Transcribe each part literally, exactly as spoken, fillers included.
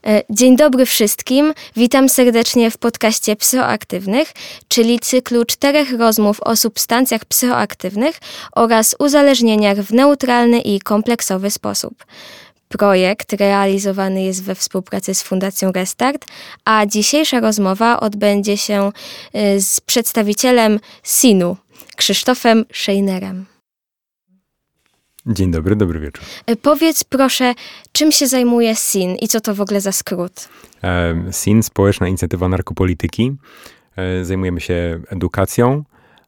Dzień dobry wszystkim. Witam serdecznie w podcaście Psychoaktywnych, czyli cyklu czterech rozmów o substancjach psychoaktywnych oraz uzależnieniach w neutralny i kompleksowy sposób. Projekt realizowany jest we współpracy z Fundacją Restart, a dzisiejsza rozmowa odbędzie się z przedstawicielem sinu, Krzysztofem Szejnerem. Dzień dobry, dobry wieczór. Powiedz proszę, czym się zajmuje S I N i co to w ogóle za skrót? S I N, Społeczna Inicjatywa Narkopolityki. Zajmujemy się edukacją,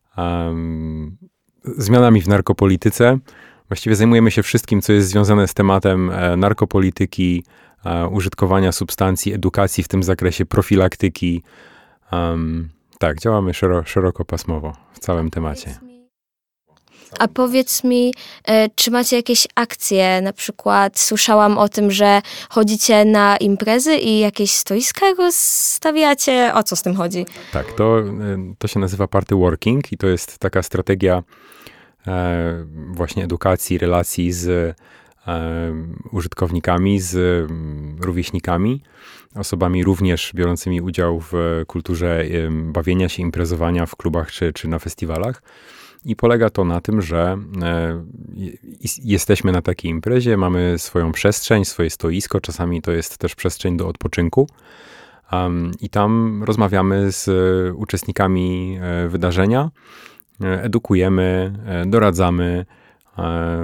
um, zmianami w narkopolityce. Właściwie zajmujemy się wszystkim, co jest związane z tematem narkopolityki, użytkowania substancji, edukacji w tym zakresie, profilaktyki. Um, tak, działamy szero, szerokopasmowo w całym temacie. A powiedz mi, czy macie jakieś akcje? Na przykład słyszałam o tym, że chodzicie na imprezy i jakieś stoiska rozstawiacie. O co z tym chodzi? Tak, to, to się nazywa party working i to jest taka strategia e, właśnie edukacji, relacji z e, użytkownikami, z m, rówieśnikami, osobami również biorącymi udział w kulturze e, bawienia się, imprezowania w klubach czy, czy na festiwalach. I polega to na tym, że e, jesteśmy na takiej imprezie, mamy swoją przestrzeń, swoje stoisko, czasami to jest też przestrzeń do odpoczynku um, i tam rozmawiamy z e, uczestnikami e, wydarzenia, e, edukujemy, e, doradzamy, e,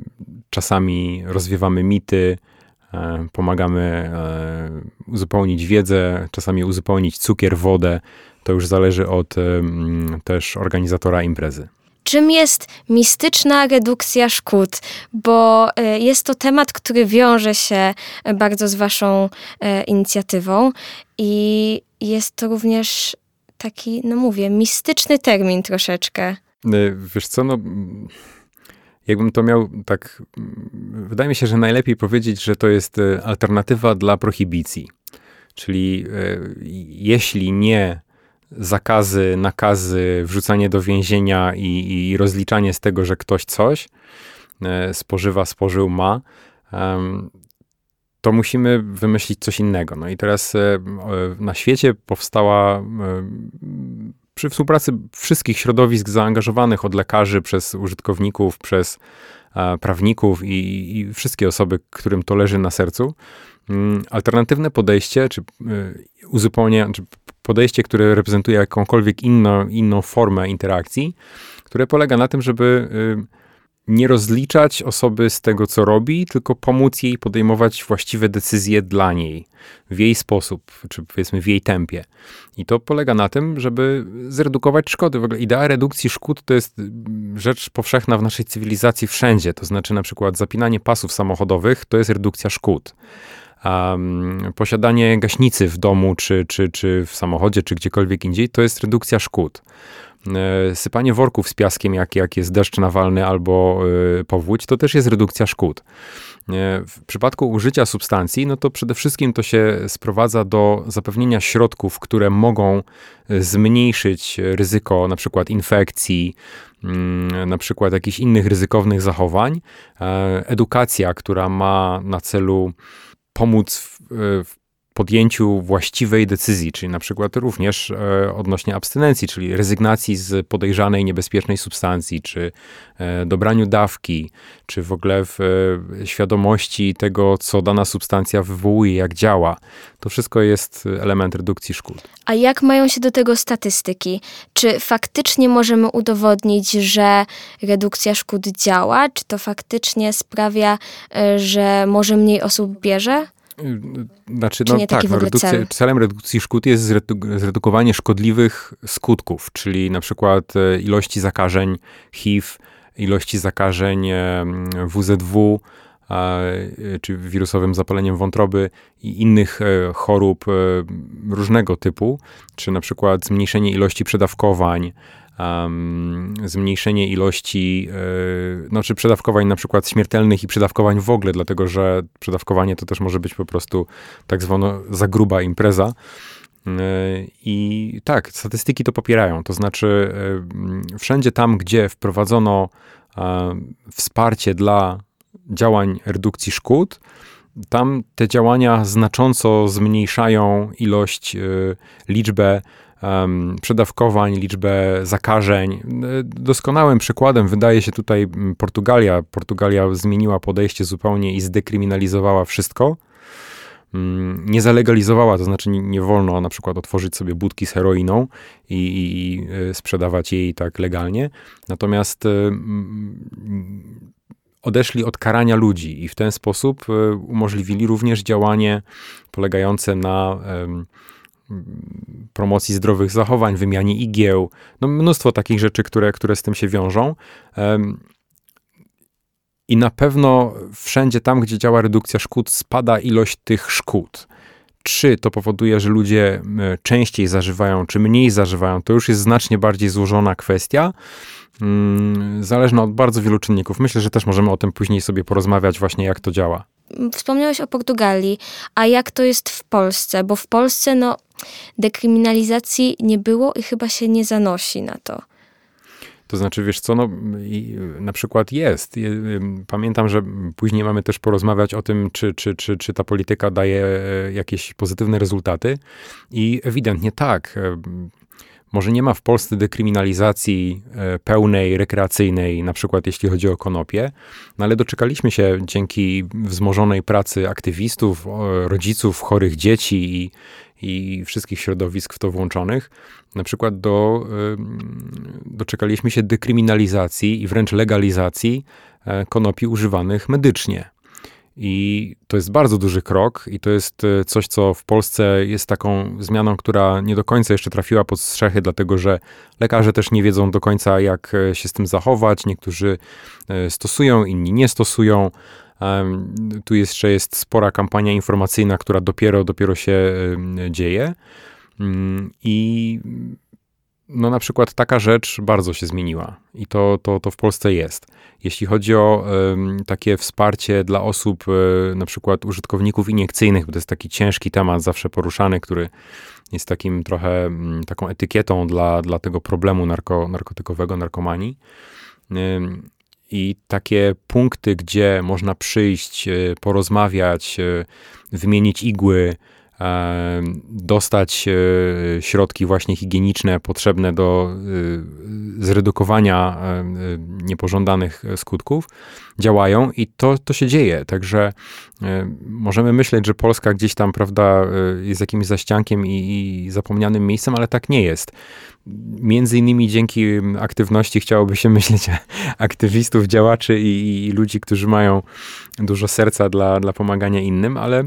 czasami rozwiewamy mity, e, pomagamy e, uzupełnić wiedzę, czasami uzupełnić cukier, wodę, to już zależy od e, też organizatora imprezy. Czym jest mistyczna redukcja szkód? Bo jest to temat, który wiąże się bardzo z waszą inicjatywą i jest to również taki, no mówię, mistyczny termin troszeczkę. Wiesz co, no jakbym to miał tak, wydaje mi się, że najlepiej powiedzieć, że to jest alternatywa dla prohibicji. Czyli jeśli nie zakazy, nakazy, wrzucanie do więzienia i, i rozliczanie z tego, że ktoś coś e, spożywa, spożył, ma, e, to musimy wymyślić coś innego. No i teraz e, na świecie powstała e, przy współpracy wszystkich środowisk zaangażowanych, od lekarzy, przez użytkowników, przez e, prawników i, i wszystkie osoby, którym to leży na sercu, m, alternatywne podejście, czy e, uzupełnienie, czy podejście, które reprezentuje jakąkolwiek inną, inną formę interakcji, które polega na tym, żeby y, nie rozliczać osoby z tego, co robi, tylko pomóc jej podejmować właściwe decyzje dla niej, w jej sposób, czy powiedzmy w jej tempie. I to polega na tym, żeby zredukować szkody. W ogóle idea redukcji szkód to jest rzecz powszechna w naszej cywilizacji wszędzie. To znaczy na przykład zapinanie pasów samochodowych to jest redukcja szkód. Um, posiadanie gaśnicy w domu, czy, czy, czy w samochodzie, czy gdziekolwiek indziej, to jest redukcja szkód. E, sypanie worków z piaskiem, jak, jak jest deszcz nawalny albo e, powódź, to też jest redukcja szkód. E, w przypadku użycia substancji, no to przede wszystkim to się sprowadza do zapewnienia środków, które mogą zmniejszyć ryzyko na przykład infekcji, mm, na przykład jakichś innych ryzykownych zachowań. E, edukacja, która ma na celu pomóc w, w podjęciu właściwej decyzji, czyli na przykład również e, odnośnie abstynencji, czyli rezygnacji z podejrzanej, niebezpiecznej substancji, czy e, dobraniu dawki, czy w ogóle w e, świadomości tego, co dana substancja wywołuje, jak działa. To wszystko jest element redukcji szkód. A jak mają się do tego statystyki? Czy faktycznie możemy udowodnić, że redukcja szkód działa? Czy to faktycznie sprawia, że może mniej osób bierze? Znaczy, no tak, no, redukcja, cel? celem redukcji szkód jest zredu- zredukowanie szkodliwych skutków, czyli na przykład ilości zakażeń H I V, ilości zakażeń W Z W, czy wirusowym zapaleniem wątroby i innych chorób różnego typu, czy na przykład zmniejszenie ilości przedawkowań, Um, zmniejszenie ilości, yy, no czy przedawkowań na przykład śmiertelnych i przedawkowań w ogóle, dlatego że przedawkowanie to też może być po prostu tak zwana za gruba impreza. Yy, I tak, statystyki to popierają, to znaczy yy, wszędzie tam, gdzie wprowadzono yy, wsparcie dla działań redukcji szkód, tam te działania znacząco zmniejszają ilość, liczbę um, przedawkowań, liczbę zakażeń. Doskonałym przykładem wydaje się tutaj Portugalia. Portugalia zmieniła podejście zupełnie i zdekryminalizowała wszystko. Nie zalegalizowała, to znaczy nie, nie wolno na przykład otworzyć sobie budki z heroiną i, i, i sprzedawać jej tak legalnie. Natomiast y, odeszli od karania ludzi i w ten sposób y, umożliwili również działanie polegające na y, promocji zdrowych zachowań, wymianie igieł, no mnóstwo takich rzeczy, które, które z tym się wiążą. Y, I na pewno wszędzie tam, gdzie działa redukcja szkód, spada ilość tych szkód. Czy to powoduje, że ludzie częściej zażywają, czy mniej zażywają, to już jest znacznie bardziej złożona kwestia, zależna od bardzo wielu czynników. Myślę, że też możemy o tym później sobie porozmawiać właśnie, jak to działa. Wspomniałeś o Portugalii, a jak to jest w Polsce? Bo w Polsce no, dekryminalizacji nie było i chyba się nie zanosi na to. To znaczy, wiesz co, no na przykład jest. Pamiętam, że później mamy też porozmawiać o tym, czy, czy, czy, czy ta polityka daje jakieś pozytywne rezultaty. I ewidentnie tak. Może nie ma w Polsce dekryminalizacji pełnej, rekreacyjnej, na przykład jeśli chodzi o konopie, no ale doczekaliśmy się dzięki wzmożonej pracy aktywistów, rodziców chorych dzieci i, i wszystkich środowisk w to włączonych, na przykład do, doczekaliśmy się dekryminalizacji i wręcz legalizacji konopi używanych medycznie. I to jest bardzo duży krok i to jest coś, co w Polsce jest taką zmianą, która nie do końca jeszcze trafiła pod strzechy, dlatego że lekarze też nie wiedzą do końca, jak się z tym zachować. Niektórzy stosują, inni nie stosują. Tu jeszcze jest spora kampania informacyjna, która dopiero, dopiero się dzieje. I no na przykład taka rzecz bardzo się zmieniła i to, to, to w Polsce jest. Jeśli chodzi o y, takie wsparcie dla osób, y, na przykład użytkowników iniekcyjnych, bo to jest taki ciężki temat zawsze poruszany, który jest takim trochę y, taką etykietą dla, dla tego problemu narko, narkotykowego, narkomanii. Y, I takie punkty, gdzie można przyjść, y, porozmawiać, y, wymienić igły, dostać środki właśnie higieniczne potrzebne do zredukowania niepożądanych skutków, działają i to, to się dzieje. Także możemy myśleć, że Polska gdzieś tam, prawda, jest jakimś zaściankiem i, i zapomnianym miejscem, ale tak nie jest. Między innymi dzięki aktywności, chciałoby się myśleć, aktywistów, działaczy i, i ludzi, którzy mają dużo serca dla, dla pomagania innym, ale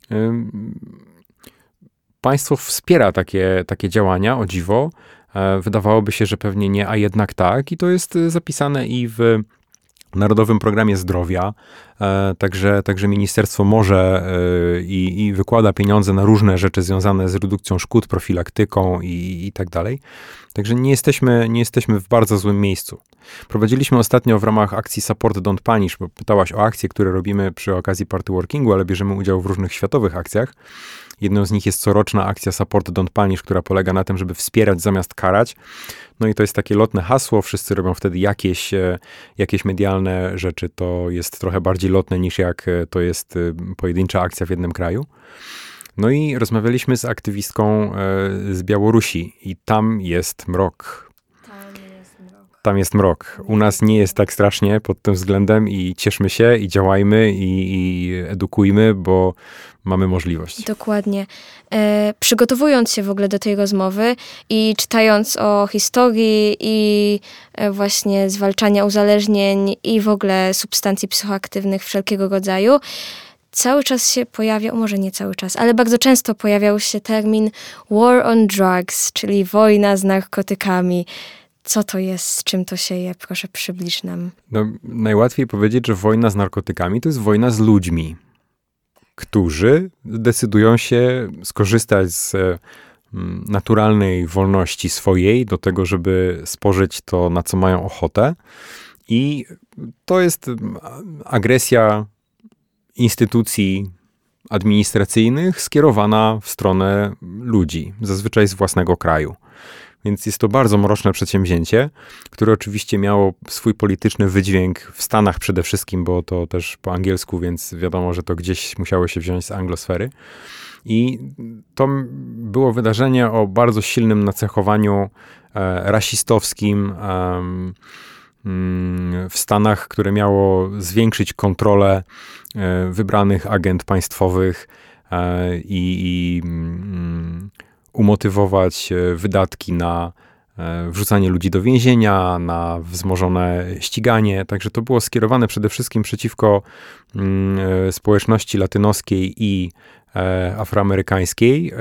państwo wspiera takie, takie działania, o dziwo. Wydawałoby się, że pewnie nie, a jednak tak. I to jest zapisane i w Narodowym Programie Zdrowia. Także, także ministerstwo może i, i wykłada pieniądze na różne rzeczy związane z redukcją szkód, profilaktyką i, i tak dalej. Także nie jesteśmy, nie jesteśmy w bardzo złym miejscu. Prowadziliśmy ostatnio w ramach akcji Support Don't Punish, bo pytałaś o akcje, które robimy przy okazji Party Workingu, ale bierzemy udział w różnych światowych akcjach. Jedną z nich jest coroczna akcja Support Don't Punish, która polega na tym, żeby wspierać zamiast karać. No i to jest takie lotne hasło, wszyscy robią wtedy jakieś, jakieś medialne rzeczy. To jest trochę bardziej lotne niż jak to jest pojedyncza akcja w jednym kraju. No i rozmawialiśmy z aktywistką z Białorusi i tam jest mrok. Tam jest mrok. U nas nie jest tak strasznie pod tym względem i cieszmy się i działajmy i, i edukujmy, bo mamy możliwość. Dokładnie. E, przygotowując się w ogóle do tej rozmowy i czytając o historii i e, właśnie zwalczania uzależnień i w ogóle substancji psychoaktywnych wszelkiego rodzaju, cały czas się pojawia, może nie cały czas, ale bardzo często pojawiał się termin war on drugs, czyli wojna z narkotykami. Co to jest, z czym to się je? Proszę przybliż nam. No, najłatwiej powiedzieć, że wojna z narkotykami to jest wojna z ludźmi, którzy decydują się skorzystać z naturalnej wolności swojej do tego, żeby spożyć to, na co mają ochotę. I to jest agresja instytucji administracyjnych skierowana w stronę ludzi, zazwyczaj z własnego kraju. Więc jest to bardzo mroczne przedsięwzięcie, które oczywiście miało swój polityczny wydźwięk w Stanach przede wszystkim, bo to też po angielsku, więc wiadomo, że to gdzieś musiało się wziąć z anglosfery. I to było wydarzenie o bardzo silnym nacechowaniu e, rasistowskim e, mm, w Stanach, które miało zwiększyć kontrolę e, wybranych agent państwowych e, i, i mm, umotywować wydatki na wrzucanie ludzi do więzienia, na wzmożone ściganie. Także to było skierowane przede wszystkim przeciwko mm, społeczności latynoskiej i e, afroamerykańskiej, e,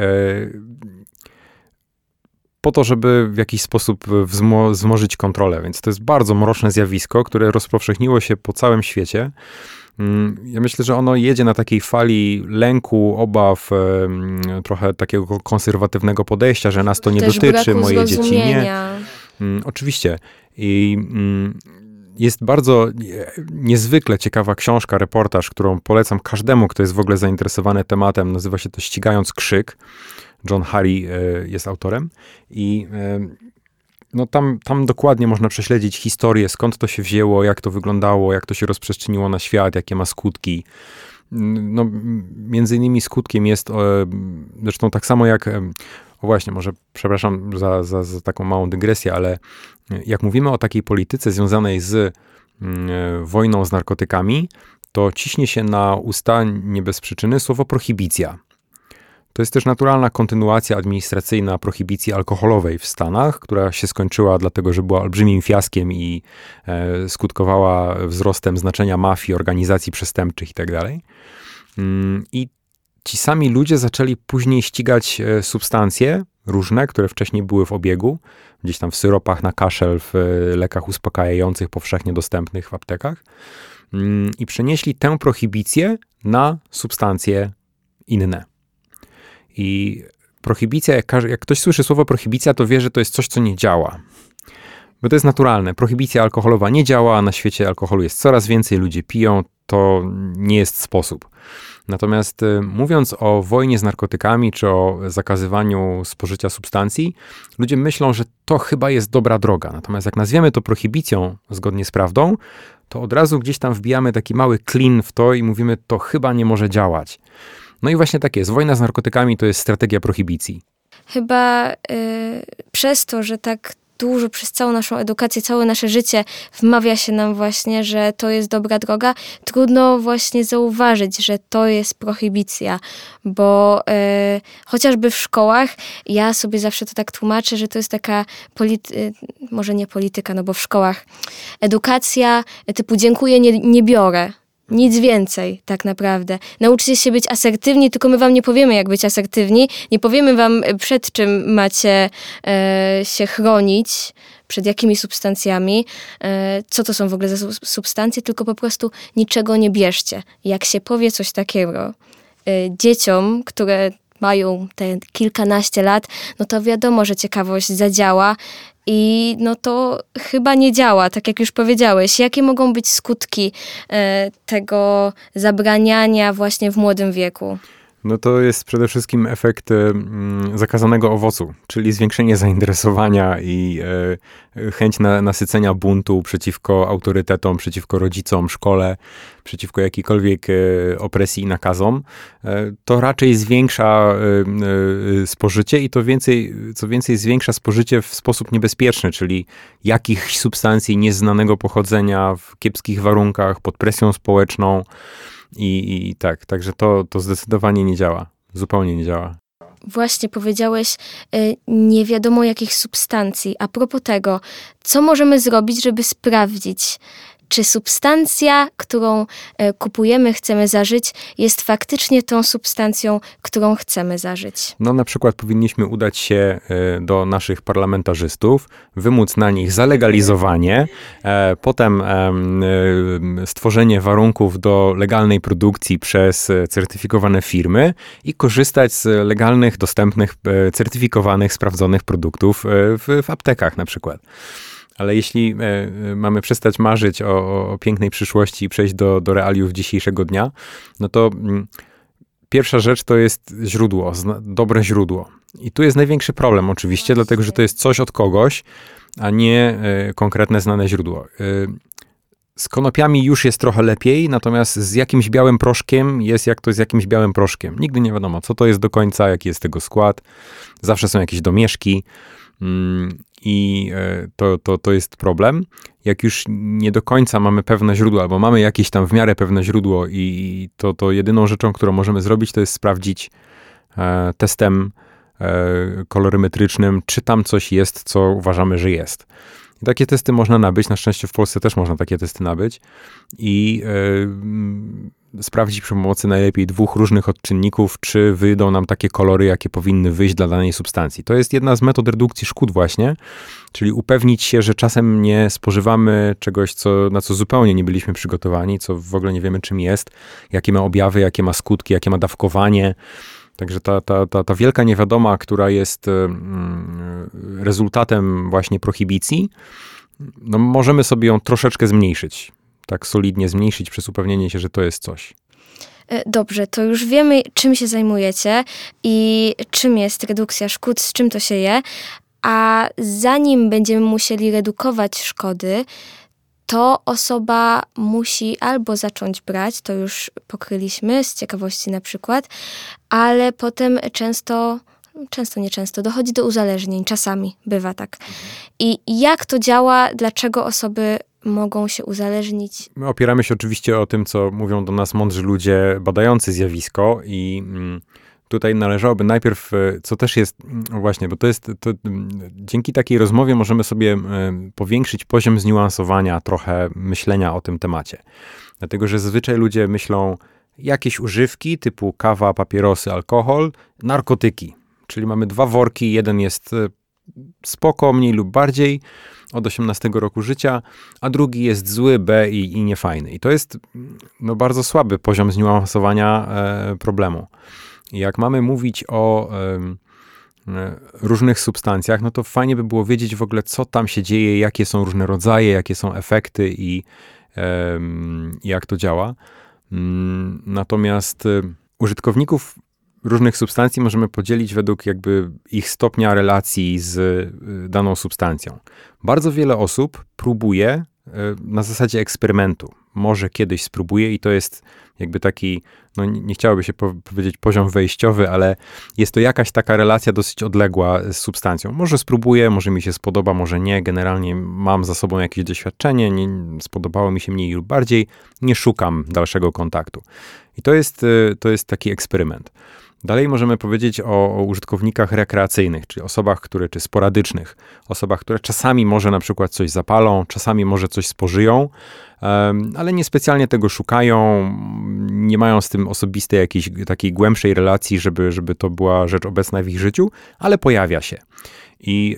po to, żeby w jakiś sposób wzmo- wzmożyć kontrolę. Więc to jest bardzo mroczne zjawisko, które rozpowszechniło się po całym świecie. Ja myślę, że ono jedzie na takiej fali lęku, obaw, trochę takiego konserwatywnego podejścia, że nas to nie Też dotyczy, moje dzieci nie. Mm, oczywiście. I jest bardzo niezwykle ciekawa książka, reportaż, którą polecam każdemu, kto jest w ogóle zainteresowany tematem. Nazywa się to Ścigając krzyk. John Harry jest autorem. I no tam, tam dokładnie można prześledzić historię, skąd to się wzięło, jak to wyglądało, jak to się rozprzestrzeniło na świat, jakie ma skutki. No, między innymi skutkiem jest, zresztą tak samo jak, o właśnie, może przepraszam za, za, za taką małą dygresję, ale jak mówimy o takiej polityce związanej z wojną z narkotykami, to ciśnie się na usta nie bez przyczyny słowo prohibicja. To jest też naturalna kontynuacja administracyjna prohibicji alkoholowej w Stanach, która się skończyła dlatego, że była olbrzymim fiaskiem i e, skutkowała wzrostem znaczenia mafii, organizacji przestępczych itd. Mm, I ci sami ludzie zaczęli później ścigać e, substancje różne, które wcześniej były w obiegu, gdzieś tam w syropach na kaszel, w e, lekach uspokajających, powszechnie dostępnych w aptekach. Mm, I przenieśli tę prohibicję na substancje inne. I prohibicja, jak, jak ktoś słyszy słowo prohibicja, to wie, że to jest coś, co nie działa. Bo to jest naturalne. Prohibicja alkoholowa nie działa, na świecie alkoholu jest coraz więcej, ludzie piją, to nie jest sposób. Natomiast y, mówiąc o wojnie z narkotykami, czy o zakazywaniu spożycia substancji, ludzie myślą, że to chyba jest dobra droga. Natomiast jak nazwiemy to prohibicją zgodnie z prawdą, to od razu gdzieś tam wbijamy taki mały klin w to i mówimy, to chyba nie może działać. No i właśnie tak jest. Wojna z narkotykami to jest strategia prohibicji. Chyba y, przez to, że tak dużo przez całą naszą edukację, całe nasze życie wmawia się nam właśnie, że to jest dobra droga, trudno właśnie zauważyć, że to jest prohibicja, bo y, chociażby w szkołach, ja sobie zawsze to tak tłumaczę, że to jest taka, polity- y, może nie polityka, no bo w szkołach edukacja typu dziękuję, nie, nie biorę. Nic więcej, tak naprawdę. Nauczcie się być asertywni, tylko my wam nie powiemy, jak być asertywni. Nie powiemy wam, przed czym macie e, się chronić, przed jakimi substancjami, e, co to są w ogóle za substancje, tylko po prostu niczego nie bierzcie. Jak się powie coś takiego e, dzieciom, które mają te kilkanaście lat, no to wiadomo, że ciekawość zadziała. I no to chyba nie działa, tak jak już powiedziałeś. Jakie mogą być skutki e, tego zabraniania właśnie w młodym wieku? No to jest przede wszystkim efekt mm, zakazanego owocu, czyli zwiększenie zainteresowania i e, chęć na, nasycenia buntu przeciwko autorytetom, przeciwko rodzicom, szkole, przeciwko jakiejkolwiek e, opresji i nakazom. E, to raczej zwiększa e, e, spożycie i to więcej, co więcej zwiększa spożycie w sposób niebezpieczny, czyli jakichś substancji nieznanego pochodzenia w kiepskich warunkach, pod presją społeczną. I, I tak, także to, to zdecydowanie nie działa. Zupełnie nie działa. Właśnie powiedziałeś, y, nie wiadomo jakich substancji. A propos tego, co możemy zrobić, żeby sprawdzić, czy substancja, którą e, kupujemy, chcemy zażyć, jest faktycznie tą substancją, którą chcemy zażyć. No na przykład powinniśmy udać się e, do naszych parlamentarzystów, wymóc na nich zalegalizowanie, e, potem e, stworzenie warunków do legalnej produkcji przez certyfikowane firmy i korzystać z legalnych, dostępnych, e, certyfikowanych, sprawdzonych produktów e, w, w aptekach na przykład. Ale jeśli e, mamy przestać marzyć o, o pięknej przyszłości i przejść do, do realiów dzisiejszego dnia, no to m, pierwsza rzecz to jest źródło, dobre źródło. I tu jest największy problem oczywiście, dlatego że to jest coś od kogoś, a nie konkretne znane źródło. Z konopiami już jest trochę lepiej, natomiast z jakimś białym proszkiem jest jak to z jakimś białym proszkiem. Nigdy nie wiadomo, co to jest do końca, jaki jest tego skład. Zawsze są jakieś domieszki i to, to, to jest problem. Jak już nie do końca mamy pewne źródło, albo mamy jakieś tam w miarę pewne źródło i to, to jedyną rzeczą, którą możemy zrobić, to jest sprawdzić testem kolorymetrycznym, czy tam coś jest, co uważamy, że jest. I takie testy można nabyć, na szczęście w Polsce też można takie testy nabyć i yy, sprawdzić przy pomocy najlepiej dwóch różnych odczynników, czy wyjdą nam takie kolory, jakie powinny wyjść dla danej substancji. To jest jedna z metod redukcji szkód właśnie, czyli upewnić się, że czasem nie spożywamy czegoś, co, na co zupełnie nie byliśmy przygotowani, co w ogóle nie wiemy czym jest, jakie ma objawy, jakie ma skutki, jakie ma dawkowanie. Także ta, ta, ta, ta wielka niewiadoma, która jest rezultatem właśnie prohibicji, no możemy sobie ją troszeczkę zmniejszyć. Tak solidnie zmniejszyć przez upewnienie się, że to jest coś. Dobrze, to już wiemy, czym się zajmujecie i czym jest redukcja szkód, z czym to się je, a zanim będziemy musieli redukować szkody, to osoba musi albo zacząć brać, to już pokryliśmy z ciekawości na przykład, ale potem często, często nieczęsto dochodzi do uzależnień, czasami bywa tak. I jak to działa, dlaczego osoby mogą się uzależnić? My opieramy się oczywiście o tym, co mówią do nas mądrzy ludzie badający zjawisko i tutaj należałoby najpierw, co też jest, no właśnie, bo to jest, to, dzięki takiej rozmowie możemy sobie powiększyć poziom zniuansowania trochę myślenia o tym temacie. Dlatego, że zazwyczaj ludzie myślą jakieś używki typu kawa, papierosy, alkohol, narkotyki. Czyli mamy dwa worki, jeden jest spoko, mniej lub bardziej, od osiemnastego roku życia, a drugi jest zły, B i, i niefajny. I to jest no, bardzo słaby poziom zniuansowania e, problemu. Jak mamy mówić o e, różnych substancjach, no to fajnie by było wiedzieć w ogóle, co tam się dzieje, jakie są różne rodzaje, jakie są efekty i e, jak to działa. Natomiast e, użytkowników różnych substancji możemy podzielić według jakby ich stopnia relacji z e, daną substancją. Bardzo wiele osób próbuje e, na zasadzie eksperymentu. Może kiedyś spróbuje i to jest jakby taki, no nie chciałoby się po- powiedzieć poziom wejściowy, ale jest to jakaś taka relacja dosyć odległa z substancją. Może spróbuję, może mi się spodoba, może nie. Generalnie mam za sobą jakieś doświadczenie, nie, spodobało mi się mniej lub bardziej, nie szukam dalszego kontaktu. I to jest, to jest taki eksperyment. Dalej możemy powiedzieć o, o użytkownikach rekreacyjnych, czyli osobach, które, czy sporadycznych, osobach, które czasami może na przykład coś zapalą, czasami może coś spożyją, um, ale niespecjalnie tego szukają, nie mają z tym osobistej jakiejś takiej głębszej relacji, żeby, żeby to była rzecz obecna w ich życiu, ale pojawia się. I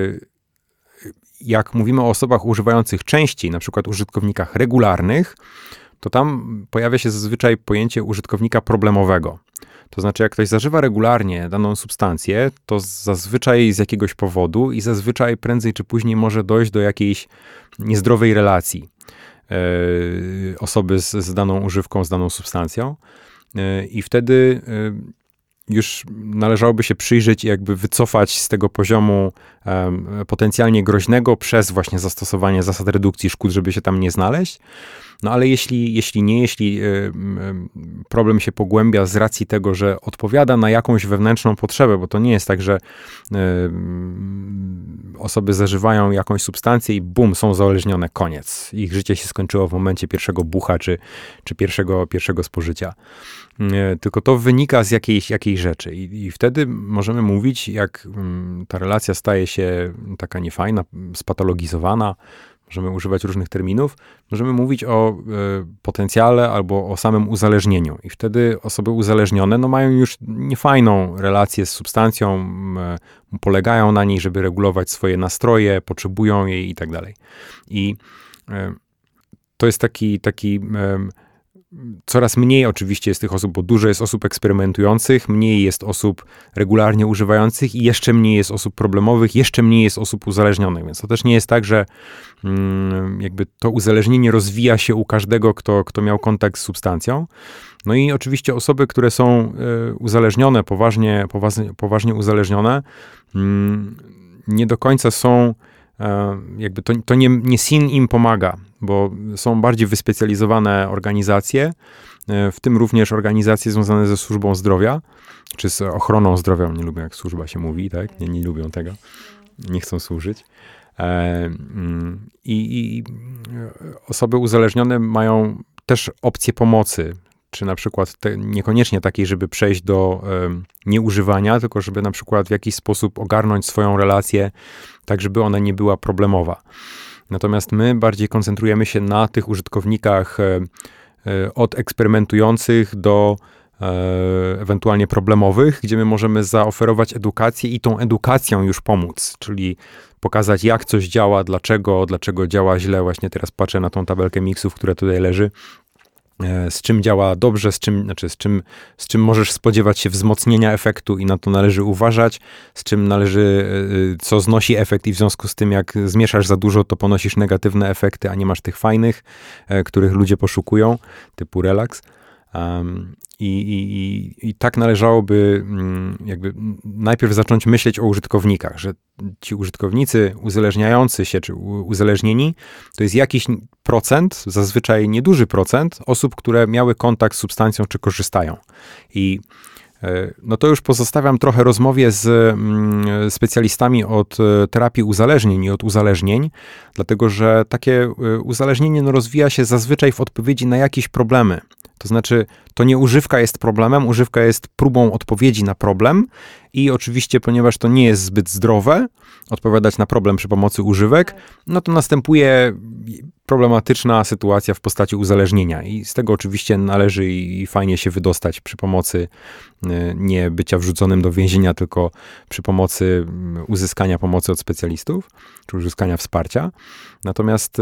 yy, jak mówimy o osobach używających częściej, na przykład użytkownikach regularnych, to tam pojawia się zazwyczaj pojęcie użytkownika problemowego. To znaczy, jak ktoś zażywa regularnie daną substancję, to zazwyczaj z jakiegoś powodu i zazwyczaj prędzej czy później może dojść do jakiejś niezdrowej relacji yy, osoby z, z daną używką, z daną substancją. Yy, I wtedy yy, już należałoby się przyjrzeć i jakby wycofać z tego poziomu yy, potencjalnie groźnego przez właśnie zastosowanie zasad redukcji szkód, żeby się tam nie znaleźć. No ale jeśli, jeśli nie, jeśli y, y, problem się pogłębia z racji tego, że odpowiada na jakąś wewnętrzną potrzebę, bo to nie jest tak, że y, y, osoby zażywają jakąś substancję i bum, są uzależnione, koniec. Ich życie się skończyło w momencie pierwszego bucha czy, czy pierwszego, pierwszego spożycia. Y, tylko to wynika z jakiejś, jakiejś rzeczy I, i wtedy możemy mówić, jak y, ta relacja staje się taka niefajna, spatologizowana, możemy używać różnych terminów, możemy mówić o y, potencjale albo o samym uzależnieniu. I wtedy osoby uzależnione no, mają już niefajną relację z substancją, y, polegają na niej, żeby regulować swoje nastroje, potrzebują jej i tak dalej. I y, to jest taki, taki y, coraz mniej oczywiście jest tych osób, bo dużo jest osób eksperymentujących, mniej jest osób regularnie używających i jeszcze mniej jest osób problemowych, jeszcze mniej jest osób uzależnionych, więc to też nie jest tak, że mm, jakby to uzależnienie rozwija się u każdego, kto, kto miał kontakt z substancją. No i oczywiście osoby, które są y, uzależnione, poważnie, poważnie, poważnie uzależnione, mm, nie do końca są, y, jakby to, to nie, nie S I N im pomaga, bo są bardziej wyspecjalizowane organizacje, y, w tym również organizacje związane ze służbą zdrowia, czy z ochroną zdrowia, nie lubię jak służba się mówi, tak? Nie, nie lubią tego, nie chcą służyć. I, i osoby uzależnione mają też opcje pomocy, czy na przykład te, niekoniecznie takiej, żeby przejść do um, nieużywania, tylko żeby na przykład w jakiś sposób ogarnąć swoją relację, tak żeby ona nie była problemowa. Natomiast my bardziej koncentrujemy się na tych użytkownikach e, e, od eksperymentujących do e, ewentualnie problemowych, gdzie my możemy zaoferować edukację i tą edukacją już pomóc, czyli pokazać, jak coś działa, dlaczego, dlaczego działa źle. Właśnie teraz patrzę na tą tabelkę miksów, która tutaj leży, z czym działa dobrze, z czym, znaczy z czym, z czym możesz spodziewać się wzmocnienia efektu i na to należy uważać, z czym należy, co znosi efekt i w związku z tym, jak zmieszasz za dużo, to ponosisz negatywne efekty, a nie masz tych fajnych, których ludzie poszukują, typu relaks. Um, i, i, I tak należałoby jakby najpierw zacząć myśleć o użytkownikach, że ci użytkownicy uzależniający się, czy uzależnieni, to jest jakiś procent, zazwyczaj nieduży procent osób, które miały kontakt z substancją, czy korzystają. I no to już pozostawiam trochę rozmowie z mm, specjalistami od terapii uzależnień i od uzależnień, dlatego że takie uzależnienie no, rozwija się zazwyczaj w odpowiedzi na jakieś problemy. To znaczy, to nie używka jest problemem, używka jest próbą odpowiedzi na problem i oczywiście, ponieważ to nie jest zbyt zdrowe, odpowiadać na problem przy pomocy używek, no to następuje problematyczna sytuacja w postaci uzależnienia i z tego oczywiście należy i fajnie się wydostać przy pomocy nie bycia wrzuconym do więzienia, tylko przy pomocy uzyskania pomocy od specjalistów, czy uzyskania wsparcia. Natomiast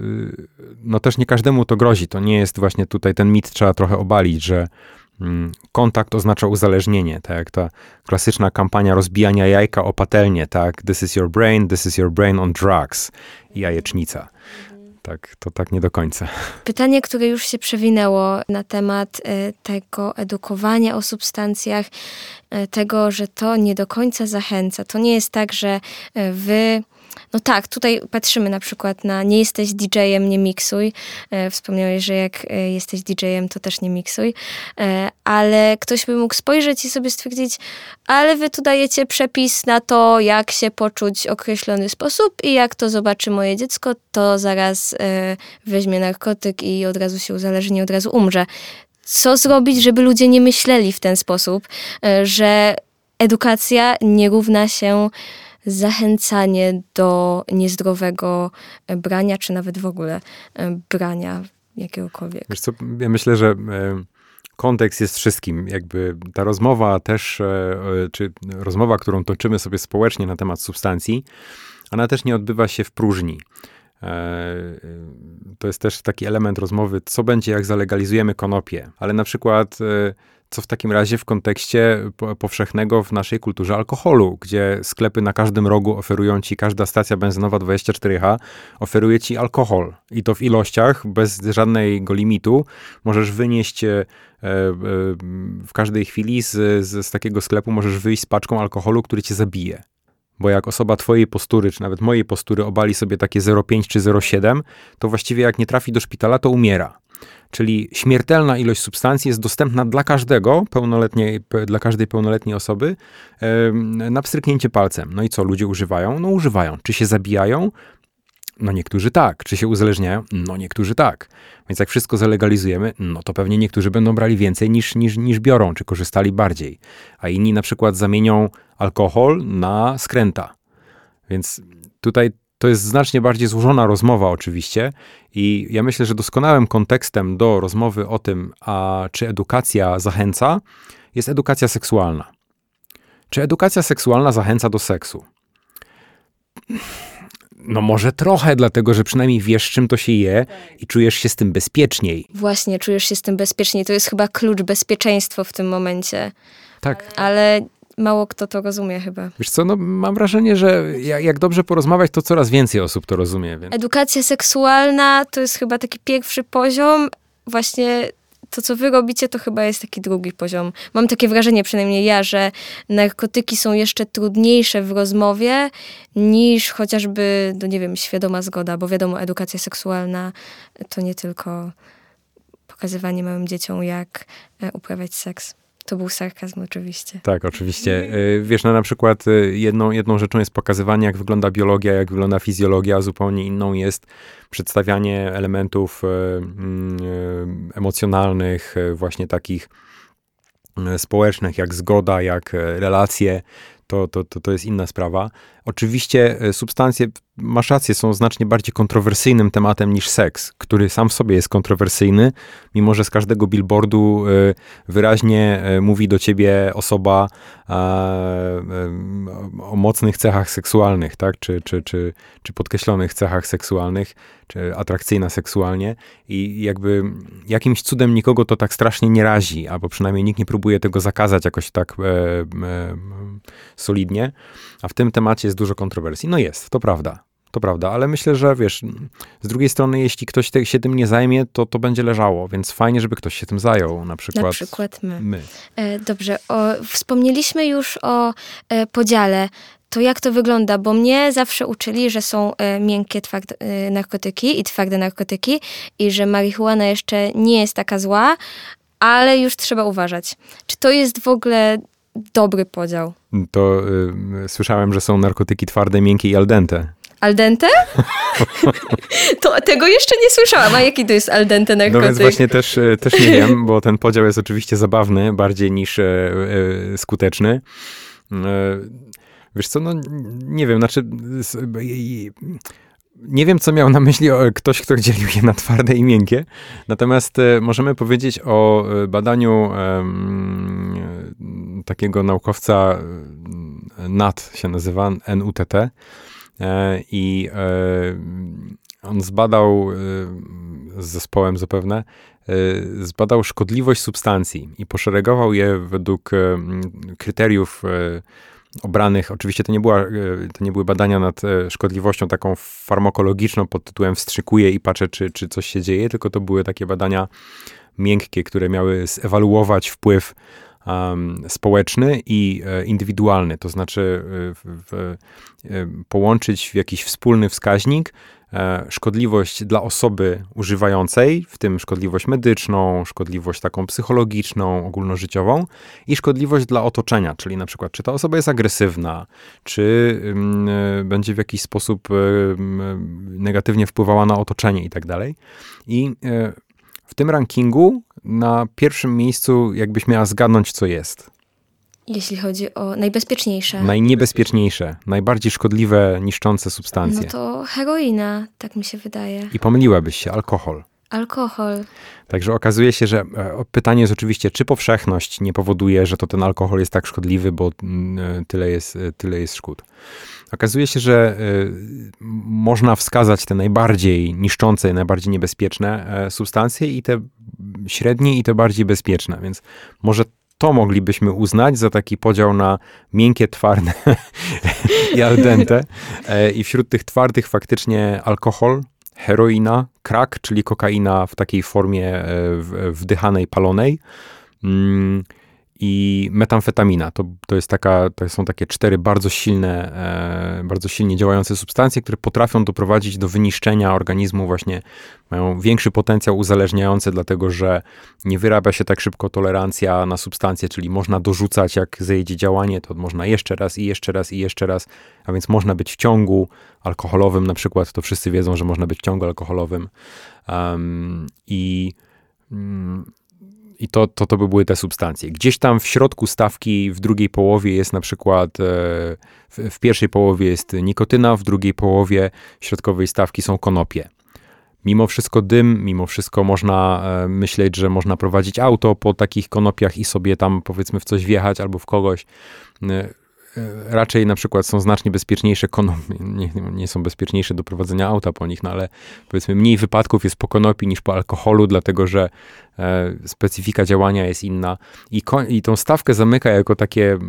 no też nie każdemu to grozi. To nie jest właśnie tutaj ten mit, trzeba trochę obalić, że kontakt oznacza uzależnienie, tak jak ta klasyczna kampania rozbijania jajka o patelnię, tak, this is your brain, this is your brain on drugs i jajecznica. Tak, to tak nie do końca. Pytanie, które już się przewinęło na temat y, tego edukowania o substancjach, y, tego, że to nie do końca zachęca. To nie jest tak, że y, wy... No tak, tutaj patrzymy na przykład na nie jesteś didżejem, nie miksuj. E, wspomniałeś, że jak e, jesteś didżejem, to też nie miksuj. E, ale ktoś by mógł spojrzeć i sobie stwierdzić, ale wy tu dajecie przepis na to, jak się poczuć w określony sposób i jak to zobaczy moje dziecko, to zaraz e, weźmie narkotyk i od razu się uzależni, od razu umrze. Co zrobić, żeby ludzie nie myśleli w ten sposób, e, że edukacja nie równa się zachęcanie do niezdrowego brania, czy nawet w ogóle brania jakiegokolwiek. Wiesz co, ja myślę, że kontekst jest wszystkim. Jakby ta rozmowa też, czy rozmowa, którą toczymy sobie społecznie na temat substancji, ona też nie odbywa się w próżni. To jest też taki element rozmowy, co będzie, jak zalegalizujemy konopie. Ale na przykład co w takim razie w kontekście powszechnego w naszej kulturze alkoholu, gdzie sklepy na każdym rogu oferują ci, każda stacja benzynowa dwadzieścia cztery H oferuje ci alkohol. I to w ilościach, bez żadnego limitu. Możesz wynieść e, e, w każdej chwili z, z, z takiego sklepu, możesz wyjść z paczką alkoholu, który cię zabije. Bo jak osoba twojej postury, czy nawet mojej postury obali sobie takie zero przecinek pięć czy zero przecinek siedem, to właściwie jak nie trafi do szpitala, to umiera. Czyli śmiertelna ilość substancji jest dostępna dla każdego, pełnoletniej, dla każdej pełnoletniej osoby na pstryknięcie palcem. No i co ludzie używają? No używają. Czy się zabijają? No niektórzy tak. Czy się uzależniają? No niektórzy tak. Więc jak wszystko zalegalizujemy, no to pewnie niektórzy będą brali więcej niż, niż, niż biorą, czy korzystali bardziej. A inni na przykład zamienią alkohol na skręta. Więc tutaj to jest znacznie bardziej złożona rozmowa oczywiście i ja myślę, że doskonałym kontekstem do rozmowy o tym, a czy edukacja zachęca, jest edukacja seksualna. Czy edukacja seksualna zachęca do seksu? No może trochę, dlatego że przynajmniej wiesz, czym to się je i czujesz się z tym bezpieczniej. Właśnie, czujesz się z tym bezpieczniej. To jest chyba klucz, bezpieczeństwo w tym momencie. Tak. Ale mało kto to rozumie chyba. Wiesz co, no mam wrażenie, że jak, jak dobrze porozmawiać, to coraz więcej osób to rozumie. Więc... Edukacja seksualna to jest chyba taki pierwszy poziom. Właśnie to, co wy robicie, to chyba jest taki drugi poziom. Mam takie wrażenie, przynajmniej ja, że narkotyki są jeszcze trudniejsze w rozmowie niż chociażby, no nie wiem, świadoma zgoda, bo wiadomo, edukacja seksualna to nie tylko pokazywanie małym dzieciom, jak uprawiać seks. To był sarkazm oczywiście. Tak, oczywiście. Wiesz, no na przykład jedną, jedną rzeczą jest pokazywanie, jak wygląda biologia, jak wygląda fizjologia, a zupełnie inną jest przedstawianie elementów emocjonalnych, właśnie takich społecznych, jak zgoda, jak relacje. To, to, to, to jest inna sprawa. Oczywiście substancje, masz rację, są znacznie bardziej kontrowersyjnym tematem niż seks, który sam w sobie jest kontrowersyjny, mimo że z każdego billboardu wyraźnie mówi do ciebie osoba o mocnych cechach seksualnych, tak? Czy, czy, czy, czy podkreślonych cechach seksualnych, czy atrakcyjna seksualnie i jakby jakimś cudem nikogo to tak strasznie nie razi, albo przynajmniej nikt nie próbuje tego zakazać jakoś tak e, e, solidnie, a w tym temacie jest dużo kontrowersji. No jest, to prawda. To prawda, ale myślę, że wiesz, z drugiej strony, jeśli ktoś te, się tym nie zajmie, to to będzie leżało, więc fajnie, żeby ktoś się tym zajął, na przykład, na przykład my. my. E, dobrze, o, wspomnieliśmy już o e, podziale. To jak to wygląda? Bo mnie zawsze uczyli, że są e, miękkie twarde, e, narkotyki i twarde narkotyki i że marihuana jeszcze nie jest taka zła, ale już trzeba uważać. Czy to jest w ogóle dobry podział? To y, słyszałem, że są narkotyki twarde, miękkie i al dente. Al dente? To tego jeszcze nie słyszałam. A jaki to jest al dente narkotyk? No więc właśnie też, też nie wiem, bo ten podział jest oczywiście zabawny, bardziej niż e, e, skuteczny. E, wiesz co, no nie wiem, znaczy nie wiem, co miał na myśli ktoś, kto dzielił je na twarde i miękkie. Natomiast e, możemy powiedzieć o badaniu e, takiego naukowca, N A T się nazywa, N U T T. I on zbadał z zespołem zapewne, zbadał szkodliwość substancji i poszeregował je według kryteriów obranych. Oczywiście to nie, była, to nie były badania nad szkodliwością taką farmakologiczną pod tytułem wstrzykuję i patrzę, czy, czy coś się dzieje, tylko to były takie badania miękkie, które miały zewaluować wpływ Um, społeczny i e, indywidualny, to znaczy e, w, e, połączyć w jakiś wspólny wskaźnik e, szkodliwość dla osoby używającej, w tym szkodliwość medyczną, szkodliwość taką psychologiczną, ogólnożyciową i szkodliwość dla otoczenia, czyli na przykład czy ta osoba jest agresywna, czy e, będzie w jakiś sposób e, negatywnie wpływała na otoczenie i tak dalej. I e, w tym rankingu na pierwszym miejscu, jakbyś miała zgadnąć, co jest. Jeśli chodzi o najbezpieczniejsze. Najniebezpieczniejsze, najbardziej szkodliwe, niszczące substancje. No to heroina, tak mi się wydaje. I pomyliłabyś się, alkohol. Alkohol. Także okazuje się, że pytanie jest oczywiście, czy powszechność nie powoduje, że to ten alkohol jest tak szkodliwy, bo tyle jest, tyle jest szkód. Okazuje się, że y, można wskazać te najbardziej niszczące, najbardziej niebezpieczne e, substancje i te średnie i te bardziej bezpieczne, więc może to moglibyśmy uznać za taki podział na miękkie, twarde i al dente. E, I wśród tych twardych faktycznie alkohol, heroina, crack, czyli kokaina w takiej formie e, w, wdychanej, palonej. Mm, i metamfetamina. To, to, jest taka, to są takie cztery bardzo silne, e, bardzo silnie działające substancje, które potrafią doprowadzić do wyniszczenia organizmu, właśnie mają większy potencjał uzależniający, dlatego że nie wyrabia się tak szybko tolerancja na substancje, czyli można dorzucać, jak zejdzie działanie, to można jeszcze raz i jeszcze raz i jeszcze raz, a więc można być w ciągu alkoholowym na przykład, to wszyscy wiedzą, że można być w ciągu alkoholowym um, i um, I to, to, to by były te substancje. Gdzieś tam w środku stawki w drugiej połowie jest na przykład, e, w, w pierwszej połowie jest nikotyna, w drugiej połowie środkowej stawki są konopie. Mimo wszystko dym, mimo wszystko można e, myśleć, że można prowadzić auto po takich konopiach i sobie tam powiedzmy w coś wjechać albo w kogoś. E, raczej na przykład są znacznie bezpieczniejsze, konopi, nie, nie są bezpieczniejsze do prowadzenia auta po nich, no ale powiedzmy mniej wypadków jest po konopi niż po alkoholu, dlatego że e, specyfika działania jest inna. I, ko- I tą stawkę zamyka jako takie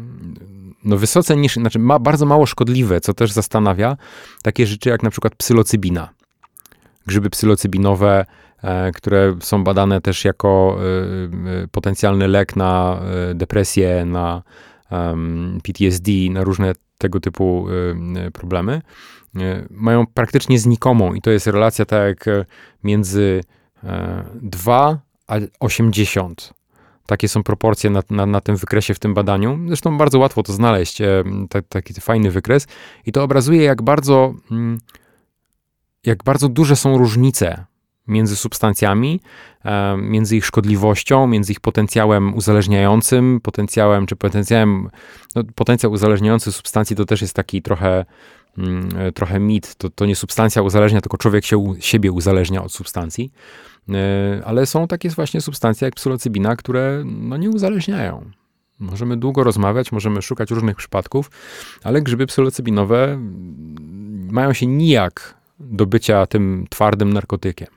no wysoce niż, znaczy ma bardzo mało szkodliwe, co też zastanawia, takie rzeczy jak na przykład psylocybina. Grzyby psylocybinowe, e, które są badane też jako e, potencjalny lek na e, depresję, na um, P T S D, na różne tego typu e, problemy, e, mają praktycznie znikomą i to jest relacja tak jak między e, dwa a osiemdziesiąt. Takie są proporcje na, na, na tym wykresie w tym badaniu. Zresztą bardzo łatwo to znaleźć, e, ta, taki fajny wykres i to obrazuje jak bardzo mm, jak bardzo duże są różnice między substancjami, e, między ich szkodliwością, między ich potencjałem uzależniającym, potencjałem, czy potencjałem, no, potencjał uzależniający substancji to też jest taki trochę, mm, trochę mit, to, to nie substancja uzależnia, tylko człowiek się u, siebie uzależnia od substancji, e, ale są takie właśnie substancje jak psylocybina, które no, nie uzależniają. Możemy długo rozmawiać, możemy szukać różnych przypadków, ale grzyby psylocybinowe mają się nijak do bycia tym twardym narkotykiem.